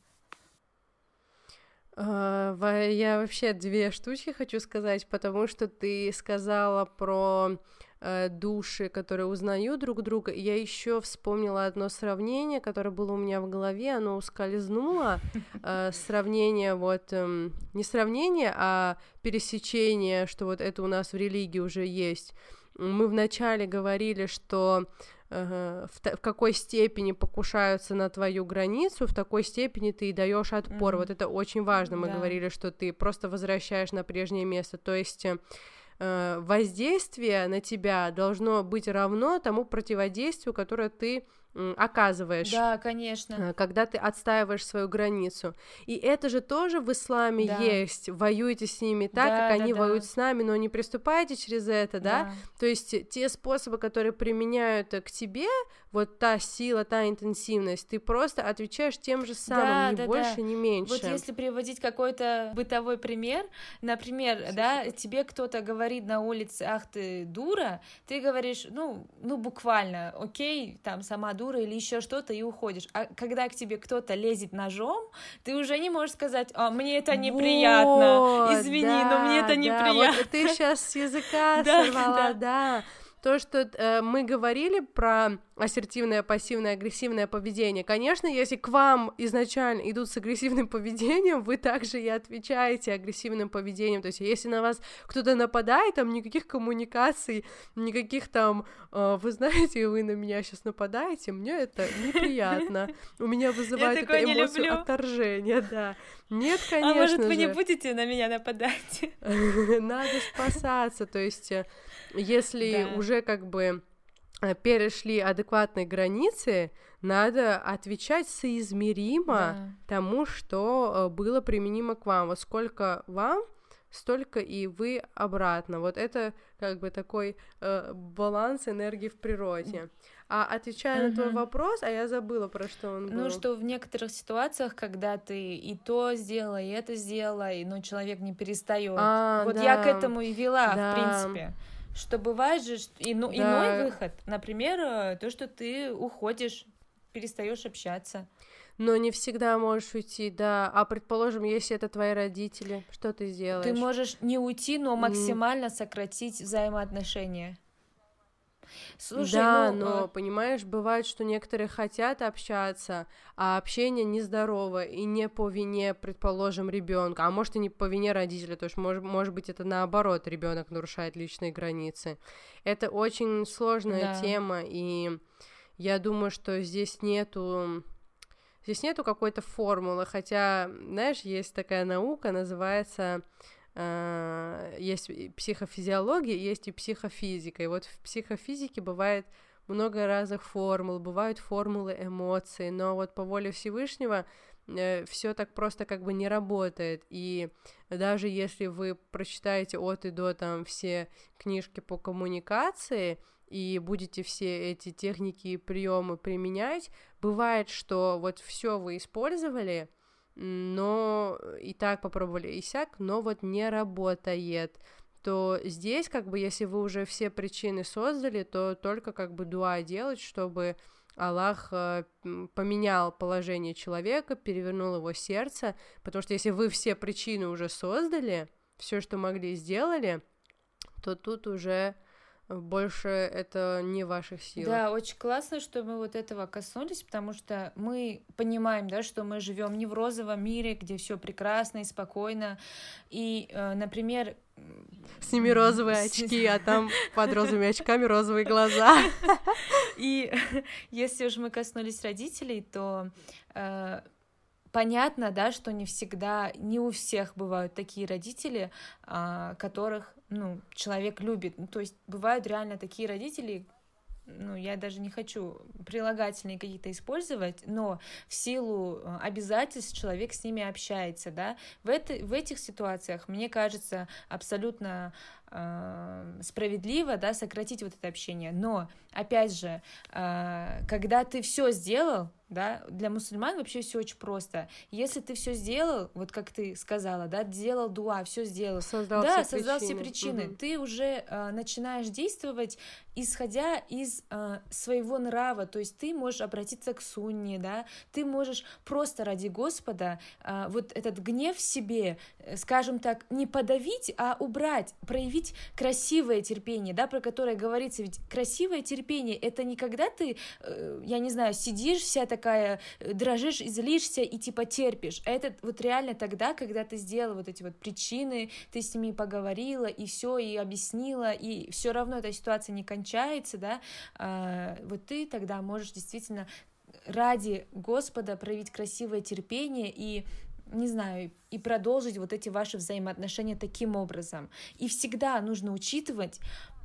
Я вообще две штучки хочу сказать, потому что ты сказала про души, которые узнают друг друга, и я еще вспомнила одно сравнение, которое было у меня в голове, оно ускользнуло, сравнение вот, не сравнение, а пересечение, что вот это у нас в религии уже есть. Мы вначале говорили, что в, в какой степени покушаются на твою границу, в такой степени ты и даешь отпор. Mm-hmm. Вот это очень важно. Мы да. говорили, что ты просто возвращаешь на прежнее место. То есть э, воздействие на тебя должно быть равно тому противодействию, которое ты оказываешь. Да, конечно. Когда ты отстаиваешь свою границу. И это же тоже в исламе да. есть. Воюйте с ними так, да, как да, они да. воюют с нами, но не приступайте через это, да? да? То есть те способы, которые применяют к тебе, вот та сила, та интенсивность, ты просто отвечаешь тем же самым, да, ни да, больше, да. ни меньше. Вот если приводить какой-то бытовой пример, например, Слушай, да, тебе кто-то говорит на улице, ах ты дура, ты говоришь, ну, ну буквально, окей, там сама дура, или еще что-то, и уходишь. А когда к тебе кто-то лезет ножом, ты уже не можешь сказать, а, мне это неприятно, вот, извини, да, но мне это да, неприятно. Вот ты сейчас с языка сорвала, да. То, что э, мы говорили про ассертивное, пассивное, агрессивное поведение, конечно, если к вам изначально идут с агрессивным поведением, вы также и отвечаете агрессивным поведением, то есть если на вас кто-то нападает, там никаких коммуникаций, никаких там, э, вы знаете, вы на меня сейчас нападаете, мне это неприятно, у меня вызывает это эмоцию отторжения, да. Нет, конечно же. А может, вы не будете на меня нападать? Надо спасаться, то есть если да. уже как бы перешли адекватные границы, надо отвечать соизмеримо Да. тому, что было применимо к вам. Вот сколько вам, столько и вы обратно. Вот это как бы такой э, баланс энергии в природе. А отвечая на твой Мгм. вопрос, а я забыла, про что он был. Ну, что в некоторых ситуациях, когда ты и то сделала, и это сделала, и, ну, человек не перестает. А, Вот я к да, этому и вела, да. в принципе. Что бывает же, что и- ну, Да. иной выход. Например, э, то, что ты уходишь, перестаешь общаться. Но не всегда можешь уйти, да. А предположим, если это твои родители, что ты сделаешь? Ты можешь не уйти, но М. максимально сократить взаимоотношения. Слушай, Да, ну, но, э, понимаешь, бывает, что некоторые хотят общаться, а общение нездорово, и не по вине, предположим, ребенка, а может и не по вине родителя, то есть, может, может быть, это наоборот, ребенок нарушает личные границы. Это очень сложная Да. тема, и я думаю, что здесь нету... Здесь нету какой-то формулы, хотя, знаешь, есть такая наука, называется... э, есть и психофизиология, есть и психофизика. И вот в психофизике бывает много разных формул, бывают формулы эмоций, но вот по воле Всевышнего все так просто как бы не работает. И даже если вы прочитаете от и до там все книжки по коммуникации и будете все эти техники и приемы применять, бывает, что вот все вы использовали, но и так попробовали, и сяк, но вот не работает, то здесь, как бы, если вы уже все причины создали, то только, как бы, дуа делать, чтобы Аллах э, м, поменял положение человека, перевернул его сердце, потому что если вы все причины уже создали, все, что могли, сделали, то тут уже больше это не в ваших силах. Да, очень классно, что мы вот этого коснулись, потому что мы понимаем, да, что мы живем не в розовом мире, где все прекрасно и спокойно. И, э, например, Сними розовые с- очки, а там под розовыми очками розовые глаза. И если уж мы коснулись родителей, то э, понятно, да, что не всегда, не у всех бывают такие родители, а, которых, ну, человек любит. Ну, то есть бывают реально такие родители, ну, я даже не хочу прилагательные какие-то использовать, но в силу э, обязательств человек с ними общается, да. В, это, в этих ситуациях, мне кажется, абсолютно э, справедливо, да, сократить вот это общение. Но, опять же, э, когда ты все сделал, да, для мусульман вообще все очень просто. Если ты все сделал, вот как ты сказала, да, сделал дуа, все сделал, Создал да, все создал причины. все причины, Мгм. ты уже э, начинаешь действовать, исходя из э, своего нрава, то есть ты можешь обратиться к сунне, да, ты можешь просто ради Господа э, вот этот гнев в себе, э, скажем так, не подавить, а убрать, проявить красивое терпение, да, про которое говорится, ведь красивое терпение — это не когда ты, э, я не знаю, сидишь вся такая, э, дрожишь, и злишься и типа терпишь, а это вот реально тогда, когда ты сделала вот эти вот причины, ты с ними поговорила, и все, и объяснила, и все равно эта ситуация не кончается, да, а, вот ты тогда можешь действительно ради Господа проявить красивое терпение и, не знаю, и продолжить вот эти ваши взаимоотношения таким образом. И всегда нужно учитывать,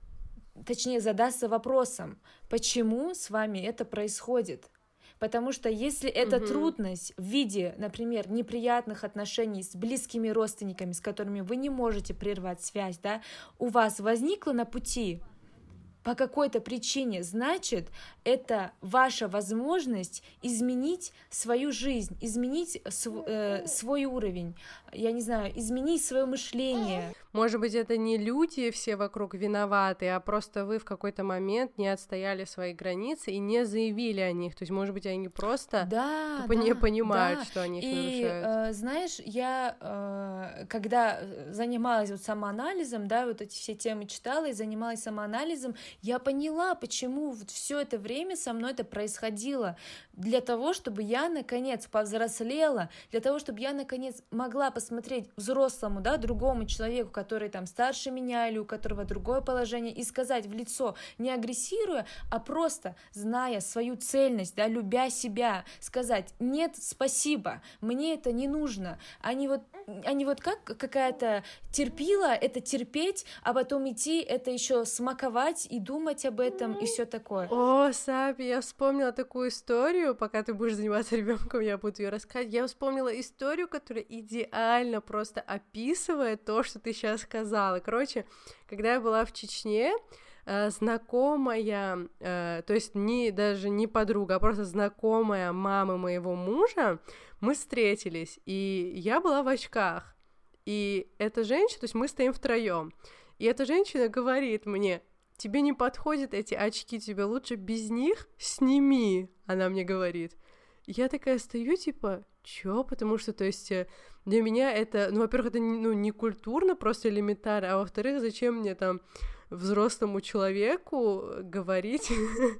точнее задаться вопросом, почему с вами это происходит. Потому что если эта Мгм. трудность в виде, например, неприятных отношений с близкими родственниками, с которыми вы не можете прервать связь, да, у вас возникла на пути по какой-то причине, значит, это ваша возможность изменить свою жизнь, изменить св- э, свой уровень, я не знаю, изменить свое мышление. Может быть, это не люди все вокруг виноваты, а просто вы в какой-то момент не отстояли свои границы и не заявили о них. То есть, может быть, они просто Да, тупо да, не понимают, да. что они их И нарушают. э, знаешь, я э, когда занималась вот самоанализом, да, вот эти все темы читала и занималась самоанализом, я поняла, почему вот все это время со мной это происходило. Для того, чтобы я наконец повзрослела, для того, чтобы я наконец могла посмотреть взрослому, да, другому человеку, который там старше меня или у которого другое положение, и сказать в лицо, не агрессируя, а просто зная свою цельность, да, любя себя, сказать: нет, спасибо, мне это не нужно. А не вот, а не вот как какая-то терпила, это терпеть, а потом идти, это еще смаковать и не думать об этом и все такое. О, Саби, я вспомнила такую историю, пока ты будешь заниматься ребенком, я буду ее рассказывать. Я вспомнила историю, которая идеально просто описывает то, что ты сейчас сказала. Короче, когда я была в Чечне, знакомая, то есть не, даже не подруга, а просто знакомая мамы моего мужа, мы встретились, и я была в очках. И эта женщина, то есть мы стоим втроем, и эта женщина говорит мне: тебе не подходят эти очки, тебе лучше без них сними, она мне говорит. И я такая стою, типа, чё? Потому что, то есть, для меня это, ну, во-первых, это ну, не культурно, просто элементарно, а во-вторых, зачем мне там взрослому человеку говорить,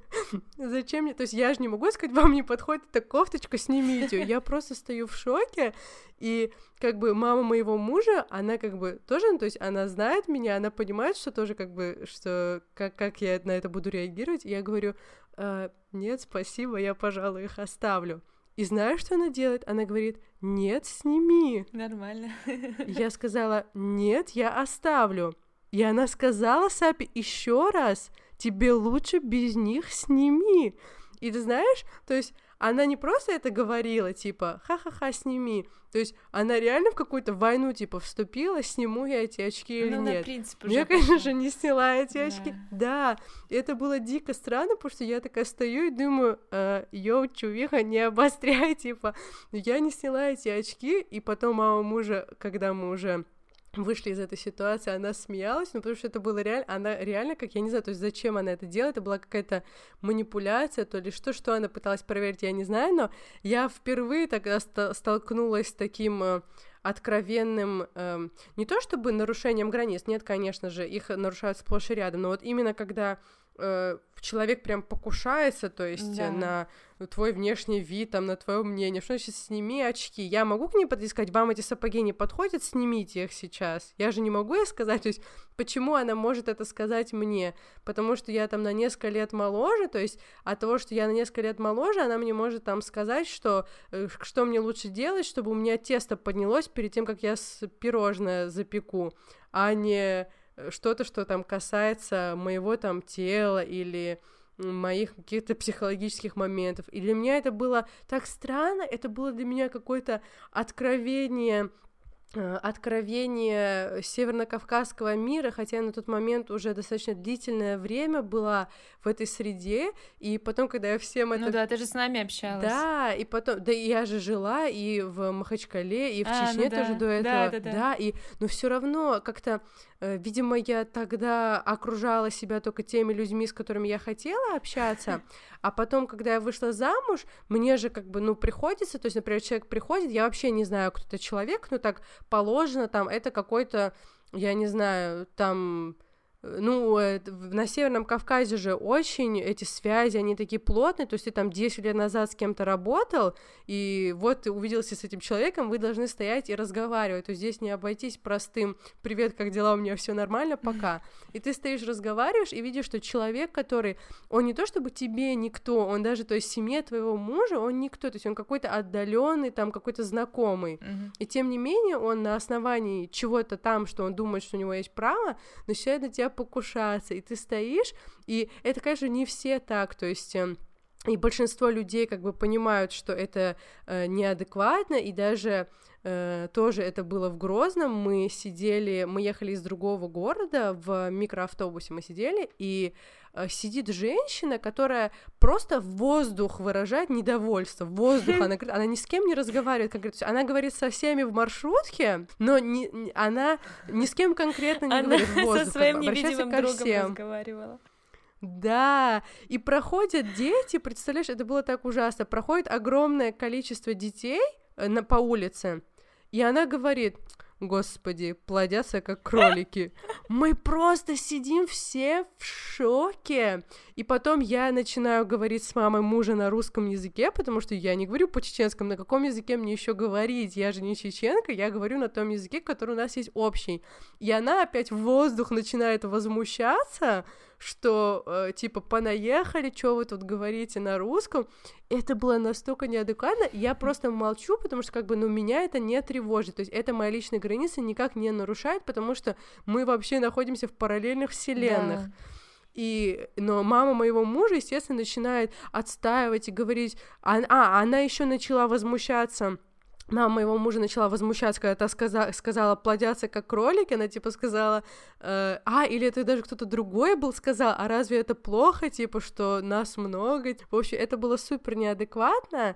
зачем мне, то есть я же не могу сказать, вам не подходит эта кофточка, снимите, я просто стою в шоке, и как бы мама моего мужа, она как бы тоже, ну, то есть она знает меня, она понимает, что тоже как бы, что, как, как я на это буду реагировать, и я говорю: э, нет, спасибо, я, пожалуй, их оставлю. И знаешь, что она делает? Она говорит: нет, сними. Нормально. Я сказала: нет, я оставлю. И она сказала Сапи еще раз: тебе лучше без них сними. И ты знаешь, то есть она не просто это говорила, типа, ха-ха-ха, сними. То есть она реально в какую-то войну, типа, вступила, сниму я эти очки или ну, нет. На принцип Я, конечно же, не сняла эти да. очки. Да, и это было дико странно, потому что я такая стою и думаю: э, йоу, чувиха, не обостряй, типа. Я не сняла эти очки, и потом мама мужа, когда мы уже вышли из этой ситуации, она смеялась, ну, потому что это было реально, она реально, как, я не знаю, то есть зачем она это делает, это была какая-то манипуляция, то ли что, что она пыталась проверить, я не знаю, но я впервые тогда ст- столкнулась с таким э, откровенным, э, не то чтобы нарушением границ, нет, конечно же, их нарушают сплошь и рядом, но вот именно когда э, человек прям покушается, то есть да. на твой внешний вид, там, на твое мнение, что значит сними очки, я могу к ней подойти и сказать: вам эти сапоги не подходят, снимите их сейчас, я же не могу ей сказать, то есть почему она может это сказать мне, потому что я там на несколько лет моложе, то есть от того, что я на несколько лет моложе, она мне может там сказать, что, что мне лучше делать, чтобы у меня тесто поднялось перед тем, как я пирожное запеку, а не что-то, что там касается моего там тела или моих каких-то психологических моментов. И для меня это было так странно, это было для меня какое-то откровение, откровение северно-кавказского мира, хотя я на тот момент уже достаточно длительное время была в этой среде, и потом, когда я всем это... Ну да, ты же с нами общалась. Да, и потом... Да, я же жила и в Махачкале, и в а, Чечне ну тоже да. до этого. Да, да, да. да, и... Но все равно как-то, э, видимо, я тогда окружала себя только теми людьми, с которыми я хотела общаться, а потом, когда я вышла замуж, мне же как бы, ну, приходится, то есть, например, человек приходит, я вообще не знаю, кто это человек, но так положено, там, это какой-то, я не знаю, там... Ну, на Северном Кавказе же очень эти связи, они такие плотные, то есть ты там десять лет назад с кем-то работал, и вот ты увиделся с этим человеком, вы должны стоять и разговаривать, то есть здесь не обойтись простым «Привет, как дела? У меня все нормально, пока». И ты стоишь, разговариваешь, и видишь, что человек, который, он не то чтобы тебе никто, он даже, то есть семье твоего мужа, он никто, то есть он какой-то отдаленный, там, какой-то знакомый, mm-hmm. и тем не менее он на основании чего-то там, что он думает, что у него есть право, начинает на тебя покушаться, и ты стоишь, и это, конечно, не все так, то есть... И большинство людей как бы понимают, что это э, неадекватно, и даже э, тоже это было в Грозном. Мы сидели, мы ехали из другого города, в микроавтобусе мы сидели, и э, сидит женщина, которая просто в воздух выражает недовольство, в воздух, она, она ни с кем не разговаривает, как говорится, она говорит со всеми в маршрутке, но не, не, она ни с кем конкретно не она говорит в воздух, со своим обращается невидимым ко другом всем. разговаривала. Да, и проходят дети, представляешь, это было так ужасно, проходит огромное количество детей на, по улице, и она говорит: господи, плодятся как кролики. Мы просто сидим все в шоке. И потом я начинаю говорить с мамой мужа на русском языке, потому что я не говорю по-чеченскому, на каком языке мне еще говорить? Я же не чеченка, я говорю на том языке, который у нас есть общий. И она опять в воздух начинает возмущаться, что, э, типа, понаехали, что вы тут говорите на русском. Это было настолько неадекватно, я просто молчу, потому что, как бы, ну, меня это не тревожит, то есть это моя личная граница никак не нарушает, потому что мы вообще находимся в параллельных вселенных. Да. И, но мама моего мужа, естественно, начинает отстаивать и говорить, а, а она еще начала возмущаться. Мама моего мужа начала возмущаться, когда та сказа- сказала плодятся как кролики, она типа сказала, э, а, или это даже кто-то другой был сказал, а разве это плохо, типа, что нас много? В общем, это было супер неадекватно,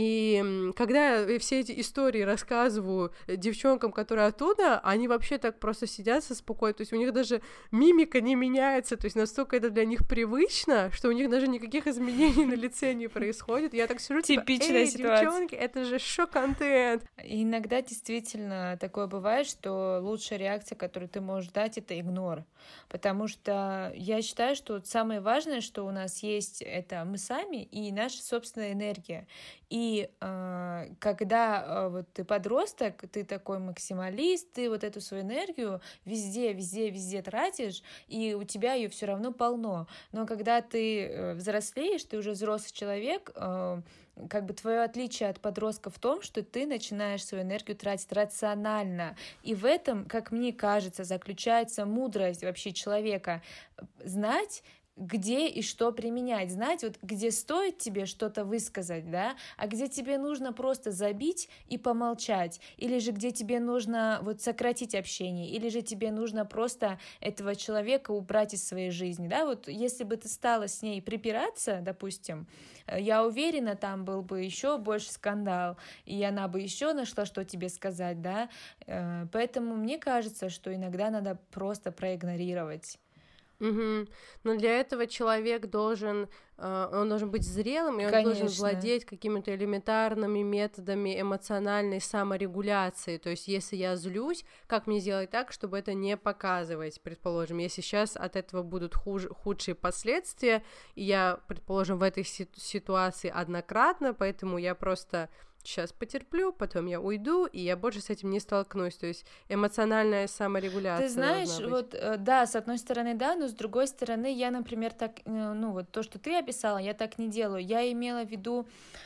и когда я все эти истории рассказываю девчонкам, которые оттуда, они вообще так просто сидят со спокойно, то есть у них даже мимика не меняется, то есть настолько это для них привычно, что у них даже никаких изменений на лице не происходит. Я так сижу, типа, типичная эй, ситуация. девчонки, это же шок-контент. Иногда действительно такое бывает, что лучшая реакция, которую ты можешь дать, это игнор. Потому что я считаю, что вот самое важное, что у нас есть, это мы сами и наша собственная энергия. И э, когда э, вот ты подросток, ты такой максималист, ты вот эту свою энергию везде, везде, везде тратишь, и у тебя ее все равно полно. Но когда ты э, взрослеешь, ты уже взрослый человек, э, как бы твое отличие от подростка в том, что ты начинаешь свою энергию тратить рационально. И в этом, как мне кажется, заключается мудрость вообще человека. Знать, где и что применять, знать, вот где стоит тебе что-то высказать, да, а где тебе нужно просто забить и помолчать, или же где тебе нужно вот сократить общение, или же тебе нужно просто этого человека убрать из своей жизни, да, вот если бы ты стала с ней припираться, допустим, я уверена, там был бы еще больше скандал, и она бы еще нашла, что тебе сказать, да, поэтому мне кажется, что иногда надо просто проигнорировать. Угу. Но для этого человек должен, э, он должен быть зрелым, и он Конечно. должен владеть какими-то элементарными методами эмоциональной саморегуляции. То есть, если я злюсь, как мне сделать так, чтобы это не показывать, предположим, если сейчас от этого будут хуж- худшие последствия, и я, предположим, в этой си- ситуации однократно, поэтому я просто сейчас потерплю, потом я уйду, и я больше с этим не столкнусь. То есть эмоциональная саморегуляция. Ты знаешь, вот да, с одной стороны, да, но с другой стороны, я, например, так, ну вот то, что ты описала, я так не делаю. Я имела в виду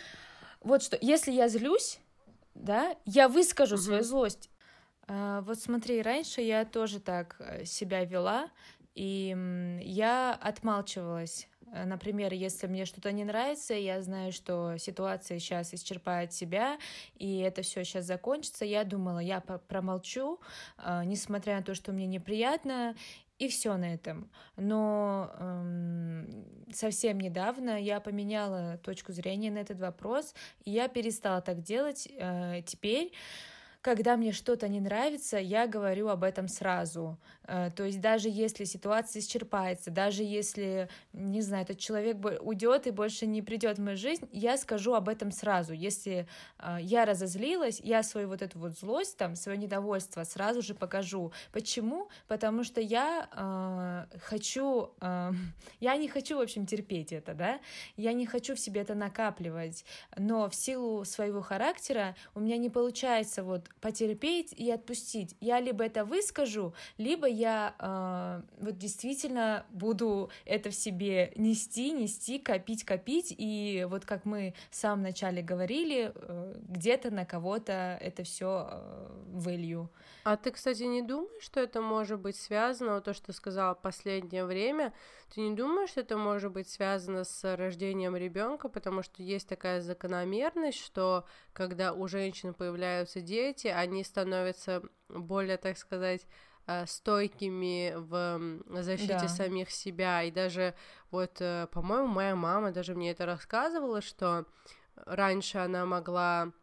вот что, если я злюсь, да, я выскажу uh-huh. свою злость. А, вот смотри, раньше я тоже так себя вела, и я отмалчивалась. Например, если мне что-то не нравится, я знаю, что ситуация сейчас исчерпает себя, и это все сейчас закончится, я думала, я промолчу, несмотря на то, что мне неприятно, и все на этом. Но эм, совсем недавно я поменяла точку зрения на этот вопрос, и я перестала так делать. Э, теперь, когда мне что-то не нравится, я говорю об этом сразу. То есть даже если ситуация исчерпается, даже если, не знаю, этот человек уйдет и больше не придет в мою жизнь, я скажу об этом сразу. Если я разозлилась, я свою вот эту вот злость, там, свое недовольство сразу же покажу. Почему? Потому что я э, хочу, э, я не хочу, в общем, терпеть это, да, я не хочу в себе это накапливать, но в силу своего характера у меня не получается вот потерпеть и отпустить. Я либо это выскажу, либо я э, вот действительно буду это в себе нести, нести, копить, копить, и вот как мы в самом начале говорили, э, где-то на кого-то это все э, вылью. А ты, кстати, не думаешь, что это может быть связано, вот то, что ты сказала в последнее время, ты не думаешь, что это может быть связано с рождением ребенка, потому что есть такая закономерность, что когда у женщин появляются дети, они становятся более, так сказать, стойкими в защите да. самих себя, и даже вот, по-моему, моя мама даже мне это рассказывала, что раньше она могла,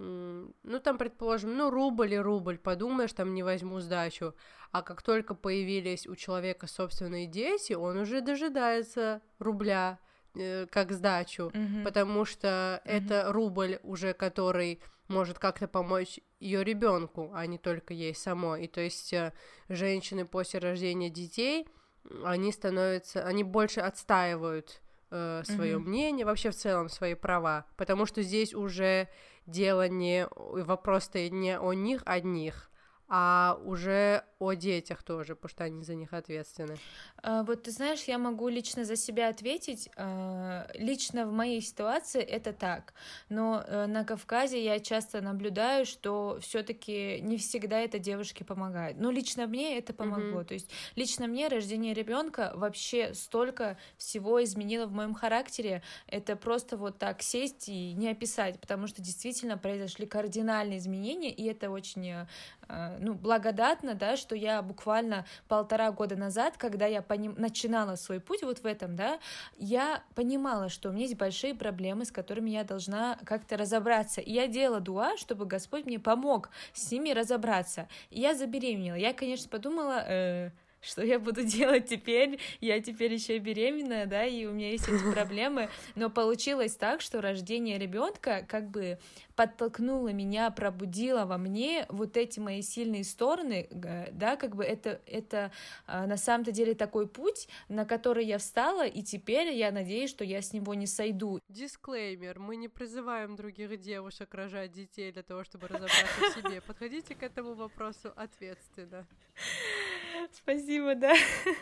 ну, там, предположим, ну, рубль и рубль, подумаешь, там, не возьму сдачу, а как только появились у человека собственные дети, он уже дожидается рубля э, как сдачу, mm-hmm. потому что mm-hmm. это рубль уже, который может как-то помочь ее ребенку, а не только ей самой. И то есть женщины после рождения детей, они становятся, они больше отстаивают э, свое mm-hmm. мнение, вообще в целом свои права, потому что здесь уже дело не, вопрос-то не о них одних, а уже о детях тоже, потому что они за них ответственны. А, вот ты знаешь, я могу лично за себя ответить. А, лично в моей ситуации это так, но а, на Кавказе я часто наблюдаю, что все-таки не всегда это девушке помогает. Но лично мне это помогло. Mm-hmm. То есть лично мне рождение ребенка вообще столько всего изменило в моем характере. Это просто вот так сесть и не описать, потому что действительно произошли кардинальные изменения, и это очень, ну, благодатно, да, что я буквально полтора года назад, когда я поним... начинала свой путь вот в этом, да, я понимала, что у меня есть большие проблемы, с которыми я должна как-то разобраться. И я делала дуа, чтобы Господь мне помог с ними разобраться. И я забеременела. Я, конечно, подумала... Э... что я буду делать теперь, я теперь еще и беременная, да, и у меня есть эти проблемы, но получилось так, что рождение ребенка как бы подтолкнуло меня, пробудило во мне вот эти мои сильные стороны, да, как бы это, это на самом-то деле такой путь, на который я встала, и теперь я надеюсь, что я с него не сойду. Дисклеймер, мы не призываем других девушек рожать детей для того, чтобы разобраться в себе. Подходите к этому вопросу ответственно. Спасибо, да.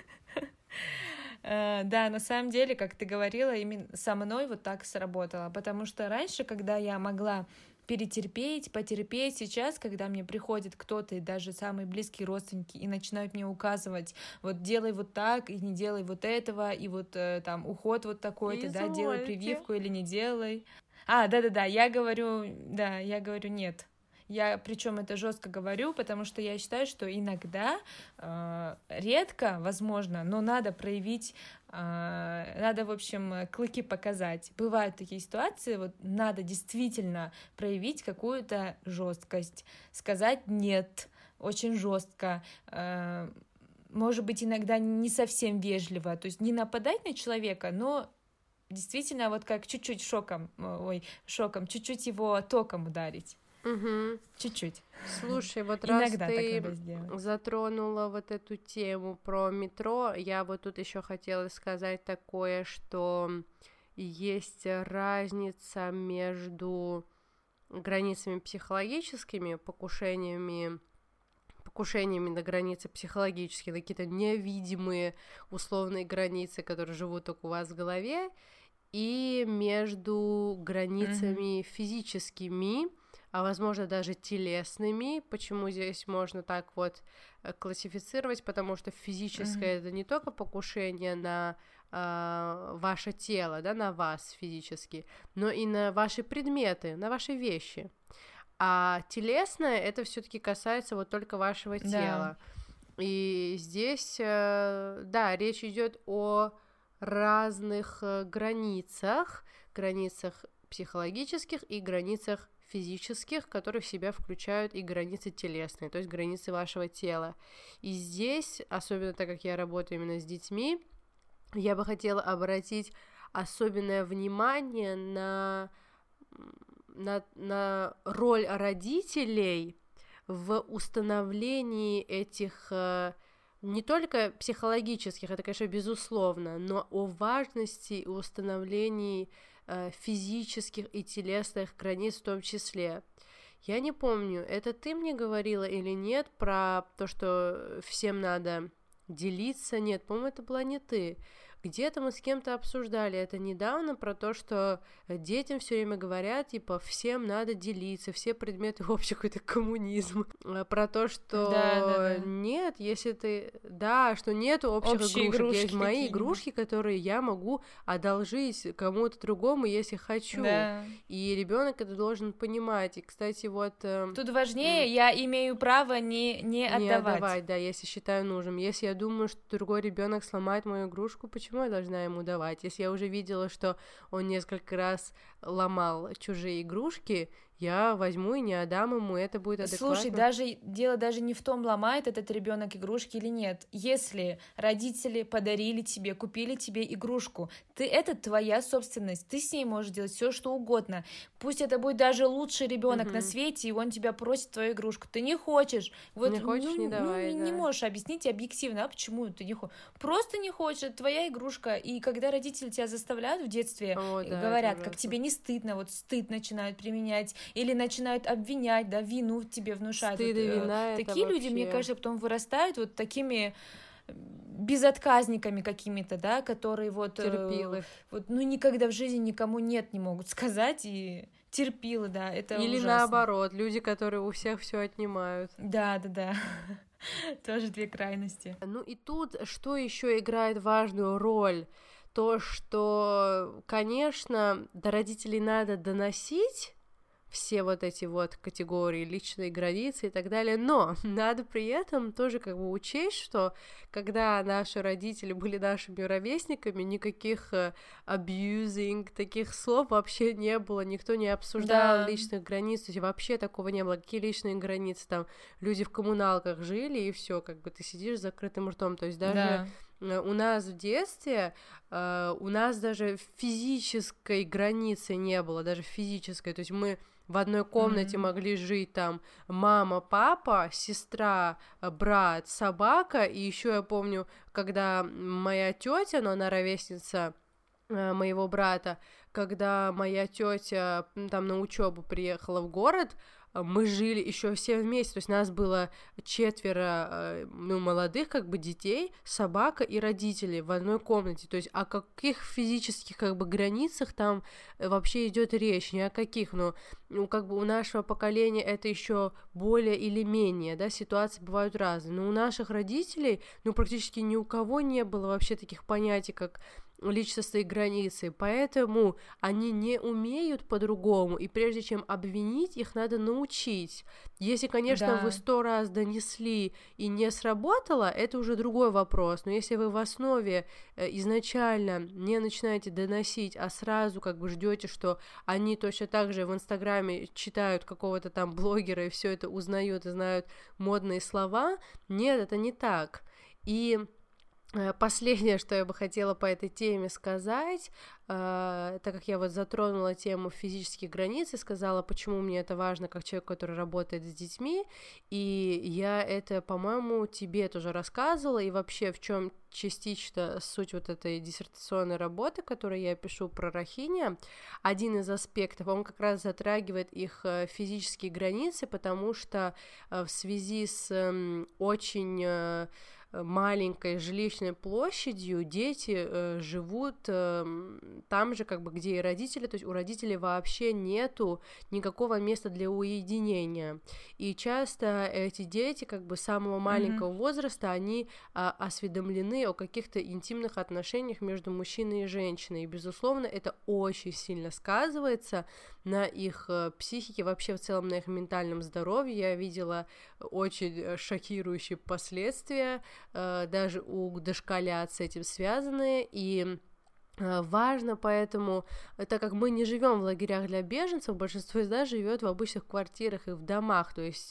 Да, на самом деле, как ты говорила, именно со мной вот так сработало, потому что раньше, когда я могла перетерпеть, потерпеть, сейчас, когда мне приходит кто-то, и даже самые близкие родственники, и начинают мне указывать, вот делай вот так, и не делай вот этого, и вот там уход вот такой-то, да, делай прививку или не делай. А, да-да-да, я говорю, да, я говорю нет. Я причем это жестко говорю, потому что я считаю, что иногда, э, редко, возможно, но надо проявить, э, надо, в общем, клыки показать. Бывают такие ситуации, вот надо действительно проявить какую-то жесткость, сказать нет, очень жестко. Э, может быть, иногда не совсем вежливо, то есть не нападать на человека, но действительно вот как чуть-чуть шоком, ой, шоком, чуть-чуть его током ударить. Угу. Чуть-чуть. Слушай, вот раз ты затронула вот эту тему про метро, я вот тут еще хотела сказать такое, что есть разница между границами психологическими, покушениями, покушениями на границы психологические, на какие-то невидимые условные границы, которые живут только у вас в голове, и между границами mm-hmm. физическими, а возможно даже телесными. Почему здесь можно так вот классифицировать? Потому что физическое mm-hmm. это не только покушение на э, ваше тело, да, на вас физически, но и на ваши предметы, на ваши вещи. А телесное это все-таки касается вот только вашего тела. Да. И здесь, э, да, речь идет о разных границах, границах психологических и границах физических, которые в себя включают и границы телесные, то есть границы вашего тела. И здесь, особенно так как я работаю именно с детьми, я бы хотела обратить особенное внимание на, на, на роль родителей в установлении этих не только психологических, это, конечно, безусловно, но о важности и установлении физических и телесных границ в том числе. Я не помню, это ты мне говорила или нет про то, что всем надо делиться? Нет, по-моему, это была не ты. Где-то мы с кем-то обсуждали это недавно, про то, что детям все время говорят, типа, всем надо делиться, все предметы общий какой-то коммунизм. Про то, что да, да, да. нет, если ты... Да, что нету общих Общие игрушек. Игрушки есть мои какие-нибудь. Игрушки, которые я могу одолжить кому-то другому, если хочу. Да. И ребенок это должен понимать. И, кстати, вот... Тут важнее, м- я имею право не, не отдавать. Не отдавать, да, если считаю нужным. Если я думаю, что другой ребенок сломает мою игрушку, почему Почему я должна ему давать? Если я уже видела, что он несколько раз ломал чужие игрушки, я возьму и не отдам ему, это будет адекватно. Слушай, даже дело даже не в том, ломает этот ребенок игрушки или нет. Если родители подарили тебе, купили тебе игрушку, ты это твоя собственность, ты с ней можешь делать все, что угодно. Пусть это будет даже лучший ребенок mm-hmm. на свете, и он тебя просит твою игрушку. Ты не хочешь. Вот, не хочешь, ну, не давай, ну, да. Не можешь объяснить объективно, а почему ты не хочешь. Просто не хочешь, это твоя игрушка. И когда родители тебя заставляют в детстве, О, да, говорят, как тебе не стыдно, вот стыд начинают применять, или начинают обвинять, да, вину тебе внушают. Стыд и вот, вина э, это такие вообще... люди, мне кажется, потом вырастают вот такими безотказниками какими-то, да, которые вот, терпилы. Э, вот, ну, никогда в жизни никому нет не могут сказать, и терпилы, да, это Или ужасно. наоборот, люди, которые у всех все отнимают. Да, да, да. Тоже две крайности. Ну и тут что еще играет важную роль? То, что, конечно, до родителей надо доносить все вот эти вот категории, личные границы и так далее, но надо при этом тоже как бы учесть, что когда наши родители были нашими ровесниками, никаких абьюзинг, таких слов вообще не было, никто не обсуждал да. личных границ, то есть вообще такого не было, какие личные границы, там люди в коммуналках жили, и все, как бы ты сидишь с закрытым ртом, то есть даже... Да. У нас в детстве, uh, у нас даже физической границы не было, даже физической, то есть мы в одной комнате mm-hmm. могли жить там мама, папа, сестра, брат, собака, и еще я помню, когда моя тетя, но она ровесница uh, моего брата, когда моя тетя там на учебу приехала в город, мы жили еще все вместе, то есть нас было четверо, ну, молодых, как бы, детей, собака и родители в одной комнате, то есть о каких физических, как бы, границах там вообще идет речь, ни о каких, но, ну, как бы, у нашего поколения это еще более или менее, да, ситуации бывают разные, но у наших родителей, ну, практически ни у кого не было вообще таких понятий, как личностные границы, поэтому они не умеют по-другому, и прежде чем обвинить, их надо научить. Если, конечно, да. вы сто раз донесли и не сработало, это уже другой вопрос, но если вы в основе изначально не начинаете доносить, а сразу как бы ждете, что они точно так же в Инстаграме читают какого-то там блогера и все это узнают и знают модные слова, нет, это не так. И последнее, что я бы хотела по этой теме сказать, э, так как я вот затронула тему физических границ и сказала, почему мне это важно, как человек, который работает с детьми, и я это, по-моему, тебе тоже рассказывала, и вообще в чем частично суть вот этой диссертационной работы, которую я пишу про Рахиня, один из аспектов, он как раз затрагивает их физические границы, потому что в связи с э, очень... маленькой жилищной площадью дети э, живут э, там же, как бы, где и родители, то есть у родителей вообще нету никакого места для уединения, и часто эти дети, как бы, с самого маленького mm-hmm. возраста, они а, осведомлены о каких-то интимных отношениях между мужчиной и женщиной, и, безусловно, это очень сильно сказывается на их э, психике, вообще в целом на их ментальном здоровье. Я видела очень шокирующие последствия, даже у дошколят с этим связаны, и важно поэтому, так как мы не живем в лагерях для беженцев, большинство из нас живет в обычных квартирах и в домах, то есть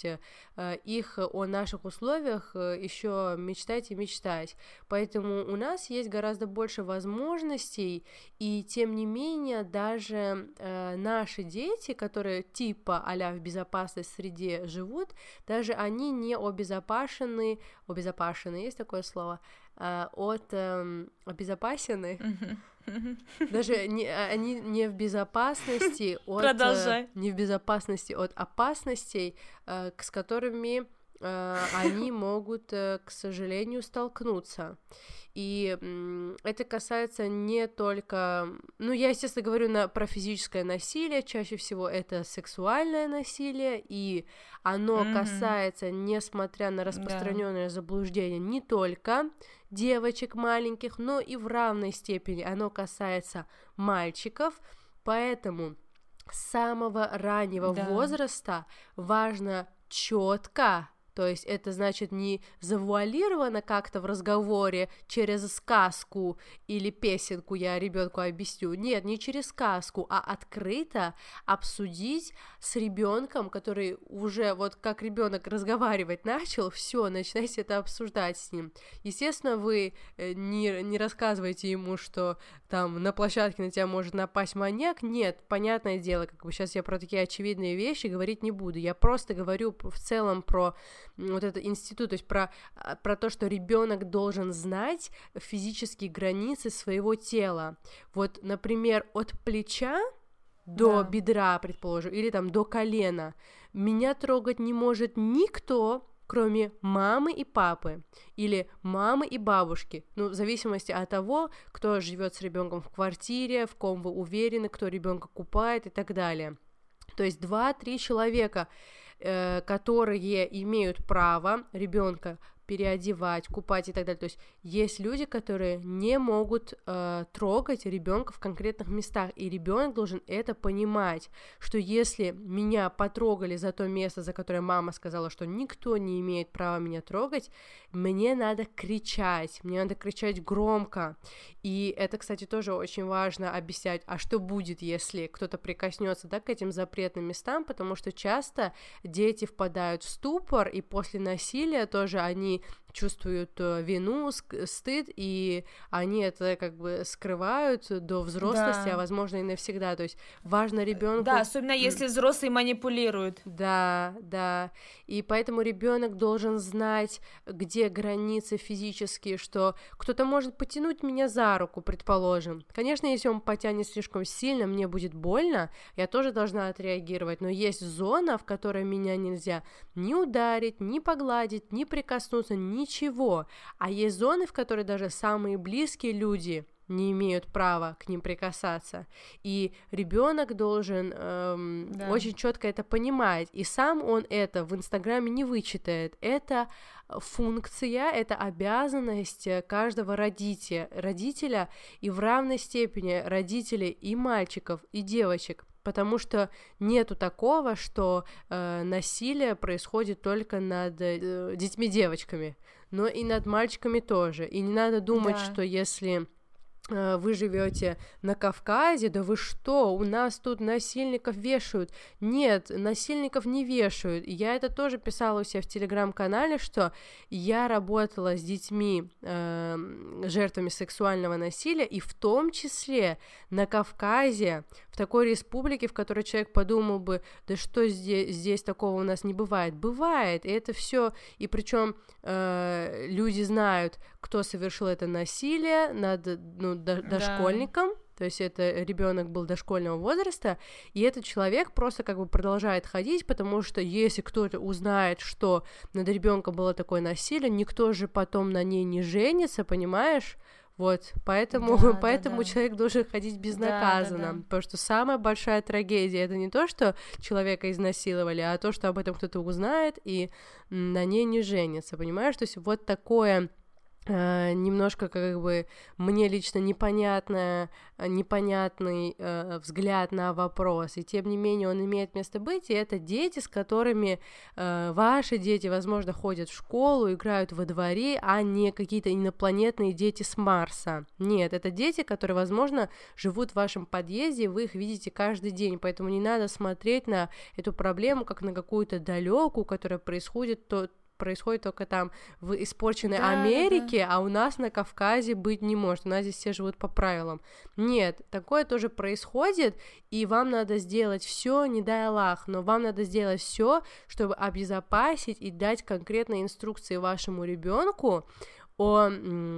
их о наших условиях еще мечтать и мечтать, поэтому у нас есть гораздо больше возможностей, и тем не менее даже наши дети, которые типа а-ля в безопасной среде живут, даже они не обезопасены, обезопасены, есть такое слово, от эм, обезопасены, mm-hmm. даже не, они не в безопасности от э, не в безопасности от опасностей, э, с которыми э, они могут, э, к сожалению, столкнуться. И м, это касается не только... Ну, я, естественно, говорю на, про физическое насилие, чаще всего это сексуальное насилие, и оно mm-hmm. касается, несмотря на распространенное yeah. заблуждение, не только девочек маленьких, но и в равной степени оно касается мальчиков, поэтому с самого раннего да. возраста важно четко, то есть это значит не завуалировано как-то в разговоре через сказку или песенку я ребенку объясню, нет, не через сказку, а открыто обсудить с ребенком, который уже вот как ребенок разговаривать начал, все, начинайте это обсуждать с ним. Естественно, вы не, не рассказываете ему, что там на площадке на тебя может напасть маньяк, нет, понятное дело, как бы сейчас я про такие очевидные вещи говорить не буду, я просто говорю в целом про вот этот институт, то есть про, про то, что ребенок должен знать физические границы своего тела. Вот, например, от плеча до Да. бедра, предположим, или там до колена. Меня трогать не может никто, кроме мамы и папы, или мамы и бабушки, ну, в зависимости от того, кто живет с ребенком в квартире, в ком вы уверены, кто ребенка купает и так далее. То есть два-три человека, э, которые имеют право ребенка переодевать, купать и так далее. То есть есть люди, которые не могут э, трогать ребенка в конкретных местах, и ребенок должен это понимать, что если меня потрогали за то место, за которое мама сказала, что никто не имеет права меня трогать, мне надо кричать, мне надо кричать громко. И это, кстати, тоже очень важно объяснять, а что будет, если кто-то прикоснется, да, к этим запретным местам, потому что часто дети впадают в ступор, и после насилия тоже они чувствуют вину, стыд, и они это как бы скрывают до взрослости, Да. а возможно и навсегда. То есть важно ребенку. Да, особенно если взрослые манипулируют. Да, да. И поэтому ребенок должен знать, где границы физические, что кто-то может потянуть меня за руку, предположим. Конечно, если он потянет слишком сильно, мне будет больно, я тоже должна отреагировать, но есть зона, в которой меня нельзя ни ударить, ни погладить, ни прикоснуться, ничего. А есть зоны, в которые даже самые близкие люди не имеют права к ним прикасаться. И ребенок должен эм, Да. очень четко это понимать. И сам он это в Инстаграме не вычитает. Это функция, это обязанность каждого родителя, родителя и в равной степени родителей и мальчиков, и девочек. Потому что нету такого, что э, насилие происходит только над э, детьми-девочками, но и над мальчиками тоже. И не надо думать, Да. что если вы живете на Кавказе, да вы что, у нас тут насильников вешают. Нет, насильников не вешают. И я это тоже писала у себя в телеграм-канале, что я работала с детьми, э, жертвами сексуального насилия, и в том числе на Кавказе, в такой республике, в которой человек подумал бы, да что здесь, здесь такого у нас не бывает. Бывает, и это все, и причем э, люди знают, кто совершил это насилие над, ну, до, Да. дошкольником, то есть это ребенок был дошкольного возраста, и этот человек просто как бы продолжает ходить, потому что если кто-то узнает, что над ребенком было такое насилие, никто же потом на ней не женится, понимаешь? Вот, поэтому, Да, да, поэтому да. человек должен ходить безнаказанно, Да, да, да. потому что самая большая трагедия — это не то, что человека изнасиловали, а то, что об этом кто-то узнает и м, на ней не женится, понимаешь? То есть вот такое э, немножко как бы мне лично непонятное, непонятный э, взгляд на вопрос, и тем не менее он имеет место быть, и это дети, с которыми э, ваши дети, возможно, ходят в школу, играют во дворе, а не какие-то инопланетные дети с Марса. Нет, это дети, которые, возможно, живут в вашем подъезде, и вы их видите каждый день, поэтому не надо смотреть на эту проблему как на какую-то далекую, которая происходит то происходит только там в испорченной Да, Америке, а у нас на Кавказе быть не может, у нас здесь все живут по правилам. Нет, такое тоже происходит, и вам надо сделать все, не дай Аллах, но вам надо сделать все, чтобы обезопасить и дать конкретные инструкции вашему ребенку о,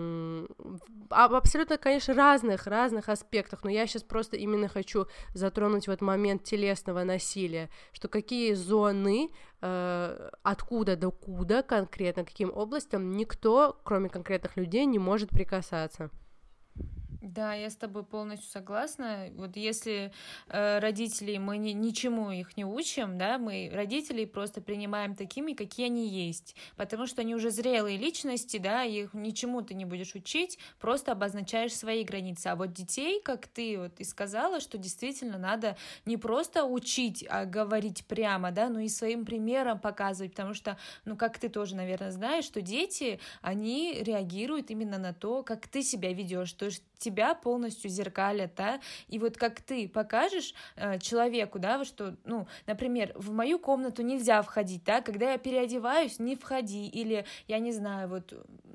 об абсолютно, конечно, разных, разных аспектах, но я сейчас просто именно хочу затронуть вот момент телесного насилия, что какие зоны, э, откуда до куда конкретно, каким областям никто, кроме конкретных людей, не может прикасаться. Да, я с тобой полностью согласна. Вот если э, родителей мы ни, ничему их не учим, да, мы родителей просто принимаем такими, какие они есть, потому что они уже зрелые личности, да, их ничему ты не будешь учить, просто обозначаешь свои границы. А вот детей, как ты вот и сказала, что действительно надо не просто учить, а говорить прямо, да, но и своим примером показывать, потому что, ну, как ты тоже, наверное, знаешь, что дети, они реагируют именно на то, как ты себя ведешь, то есть тебя полностью зеркалят, да, и вот как ты покажешь э, человеку, да, что, ну, например, в мою комнату нельзя входить, да, когда я переодеваюсь, не входи, или, я не знаю, вот,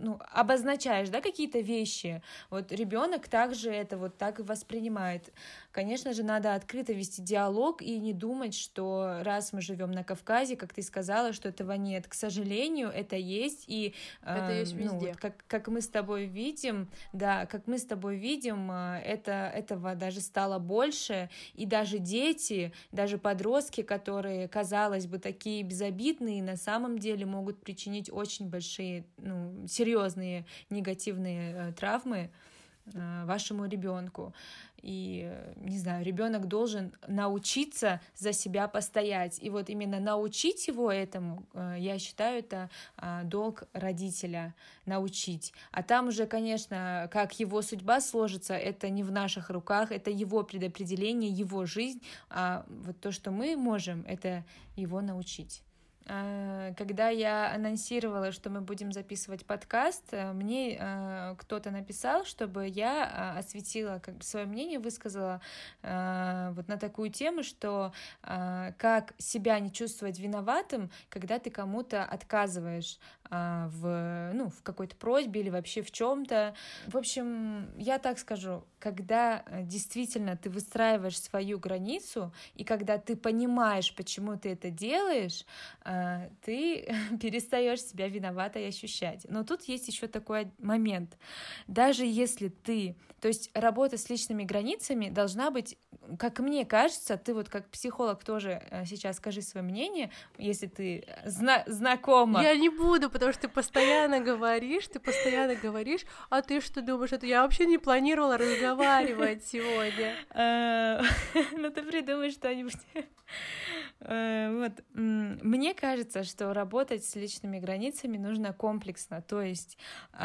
ну, обозначаешь, да, какие-то вещи, вот ребенок также это вот так и воспринимает. Конечно же, надо открыто вести диалог и не думать, что раз мы живем на Кавказе, как ты сказала, что этого нет. К сожалению, это есть, и это э, есть ну, везде. вот как, как мы с тобой видим, да, как мы с тобой видим, это, этого даже стало больше, и даже дети, даже подростки, которые, казалось бы, такие безобидные, на самом деле могут причинить очень большие, ну, серьезные негативные э, травмы э, вашему ребенку. И, не знаю, ребенок должен научиться за себя постоять. И вот именно научить его этому, я считаю, это долг родителя — научить. А там уже, конечно, как его судьба сложится, это не в наших руках, это его предопределение, его жизнь. А вот то, что мы можем, это его научить. Когда я анонсировала, что мы будем записывать подкаст, мне кто-то написал, чтобы я осветила, как бы, свое мнение, высказала вот на такую тему, что как себя не чувствовать виноватым, когда ты кому-то отказываешь в, ну, в какой-то просьбе или вообще в чем-то. В общем, я так скажу, когда действительно ты выстраиваешь свою границу, и когда ты понимаешь, почему ты это делаешь, ты перестаешь себя виноватой ощущать. Но тут есть еще такой момент. Даже если ты... То есть работа с личными границами должна быть, как мне кажется, ты вот как психолог тоже сейчас скажи свое мнение, если ты зна- знакома. Я не буду, потому что ты постоянно говоришь, ты постоянно говоришь, а ты что думаешь? Это я вообще не планировала разговаривать сегодня. Ну ты придумай что-нибудь. Вот. Мне кажется, что работать с личными границами нужно комплексно, то есть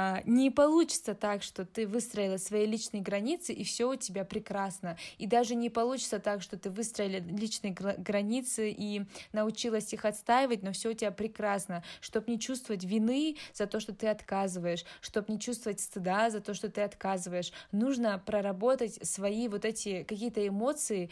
не получится так, что ты выстроила свои личные границы и все у тебя прекрасно, и даже не получится так, что ты выстроила личные границы и научилась их отстаивать, но все у тебя прекрасно, чтобы не чувствовать вины за то, что ты отказываешь, чтобы не чувствовать стыда за то, что ты отказываешь, нужно проработать свои вот эти какие-то эмоции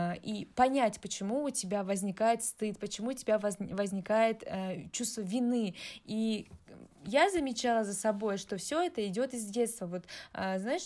и понять, почему у тебя возникает стыд, почему у тебя возникает э, чувство вины. И я замечала за собой, что все это идет из детства. Вот, а, знаешь,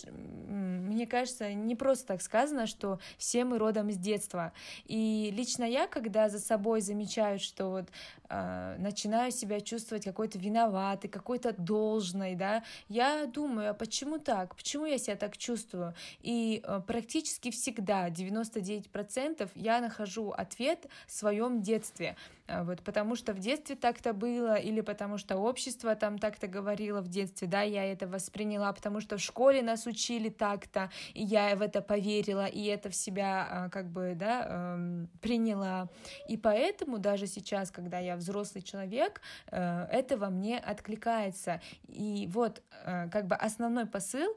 мне кажется, не просто так сказано, что все мы родом из детства. И лично я, когда за собой замечаю, что вот а, начинаю себя чувствовать какой-то виноватой, какой-то должной, да, я думаю, а почему так? Почему я себя так чувствую? И а, практически всегда, девяносто девять процентов, я нахожу ответ в своем детстве. А, вот, потому что в детстве так-то было, или потому что общество там так-то говорило в детстве, да, я это восприняла, потому что в школе нас учили так-то, и я в это поверила, и это в себя как бы, да, эм, приняла. И поэтому даже сейчас, когда я взрослый человек, э, это во мне откликается. И вот э, как бы основной посыл: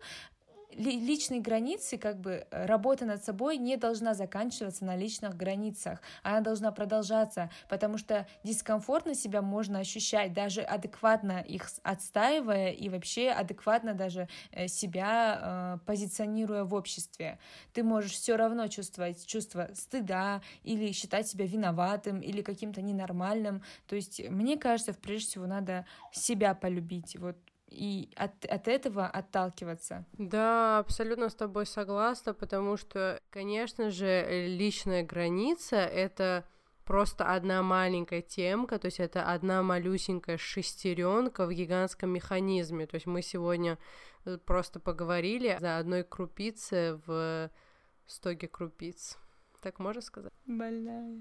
личные границы, как бы работа над собой не должна заканчиваться на личных границах, она должна продолжаться, потому что дискомфортно себя можно ощущать, даже адекватно их отстаивая и вообще адекватно даже себя э, позиционируя в обществе. Ты можешь все равно чувствовать чувство стыда или считать себя виноватым или каким-то ненормальным. То есть мне кажется, прежде всего надо себя полюбить, вот, и от, от этого отталкиваться. Да, абсолютно с тобой согласна, потому что, конечно же, личная граница — это просто одна маленькая темка, то есть это одна малюсенькая шестеренка в гигантском механизме. То есть мы сегодня просто поговорили за одной крупицы в стоге крупиц. Так можно сказать? Больная.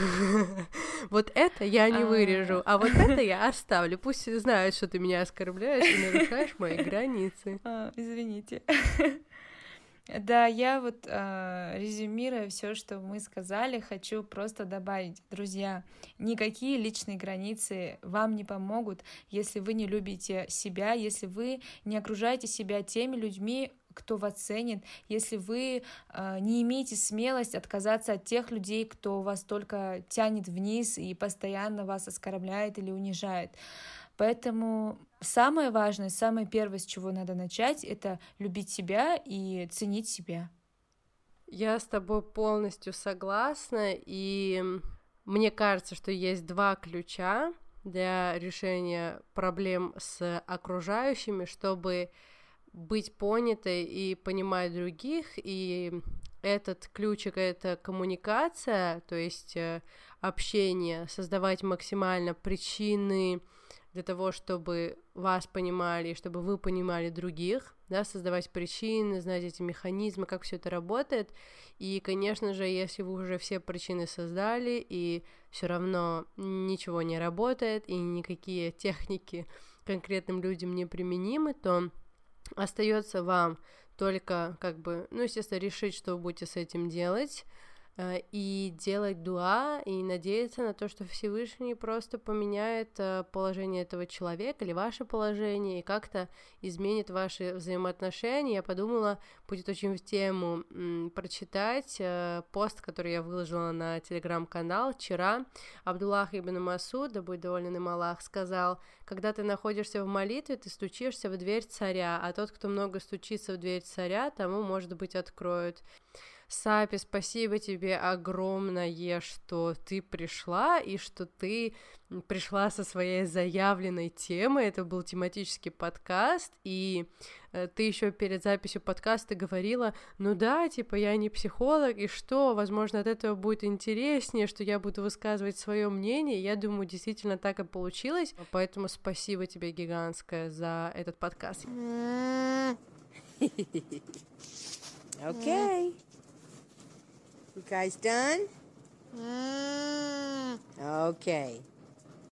Вот это я не вырежу, а вот это я оставлю. Пусть знают, что ты меня оскорбляешь и нарушаешь мои границы. Извините. Да, я вот резюмируя все, что мы сказали, хочу просто добавить, друзья, никакие личные границы вам не помогут, если вы не любите себя, если вы не окружаете себя теми людьми, кто вас ценит, если вы э, не имеете смелость отказаться от тех людей, кто вас только тянет вниз и постоянно вас оскорбляет или унижает. Поэтому самое важное, самое первое, с чего надо начать, это любить себя и ценить себя. Я с тобой полностью согласна, и мне кажется, что есть два ключа для решения проблем с окружающими, чтобы быть понятой и понимать других, и этот ключик — это коммуникация, то есть общение, создавать максимально причины для того, чтобы вас понимали, и чтобы вы понимали других, да, создавать причины, знать эти механизмы, как все это работает. И, конечно же, если вы уже все причины создали, и все равно ничего не работает, и никакие техники конкретным людям не применимы, то остается вам только, как бы, ну, естественно, решить, что вы будете с этим делать, и делать дуа, и надеяться на то, что Всевышний просто поменяет положение этого человека или ваше положение, и как-то изменит ваши взаимоотношения. Я подумала, будет очень в тему м, прочитать э, пост, который я выложила на телеграм-канал вчера. Абдуллах ибн Масуд, да будет доволен им Аллах, сказал: когда ты находишься в молитве, ты стучишься в дверь царя, а тот, кто много стучится в дверь царя, тому, может быть, откроют. Сапи, спасибо тебе огромное, что ты пришла, и что ты пришла со своей заявленной темой. Это был тематический подкаст, и э, ты еще перед записью подкаста говорила: ну да, типа, я не психолог, и что, возможно, от этого будет интереснее, что я буду высказывать свое мнение. Я думаю, действительно так и получилось, поэтому спасибо тебе гигантское за этот подкаст. Okay. You guys done? Okay.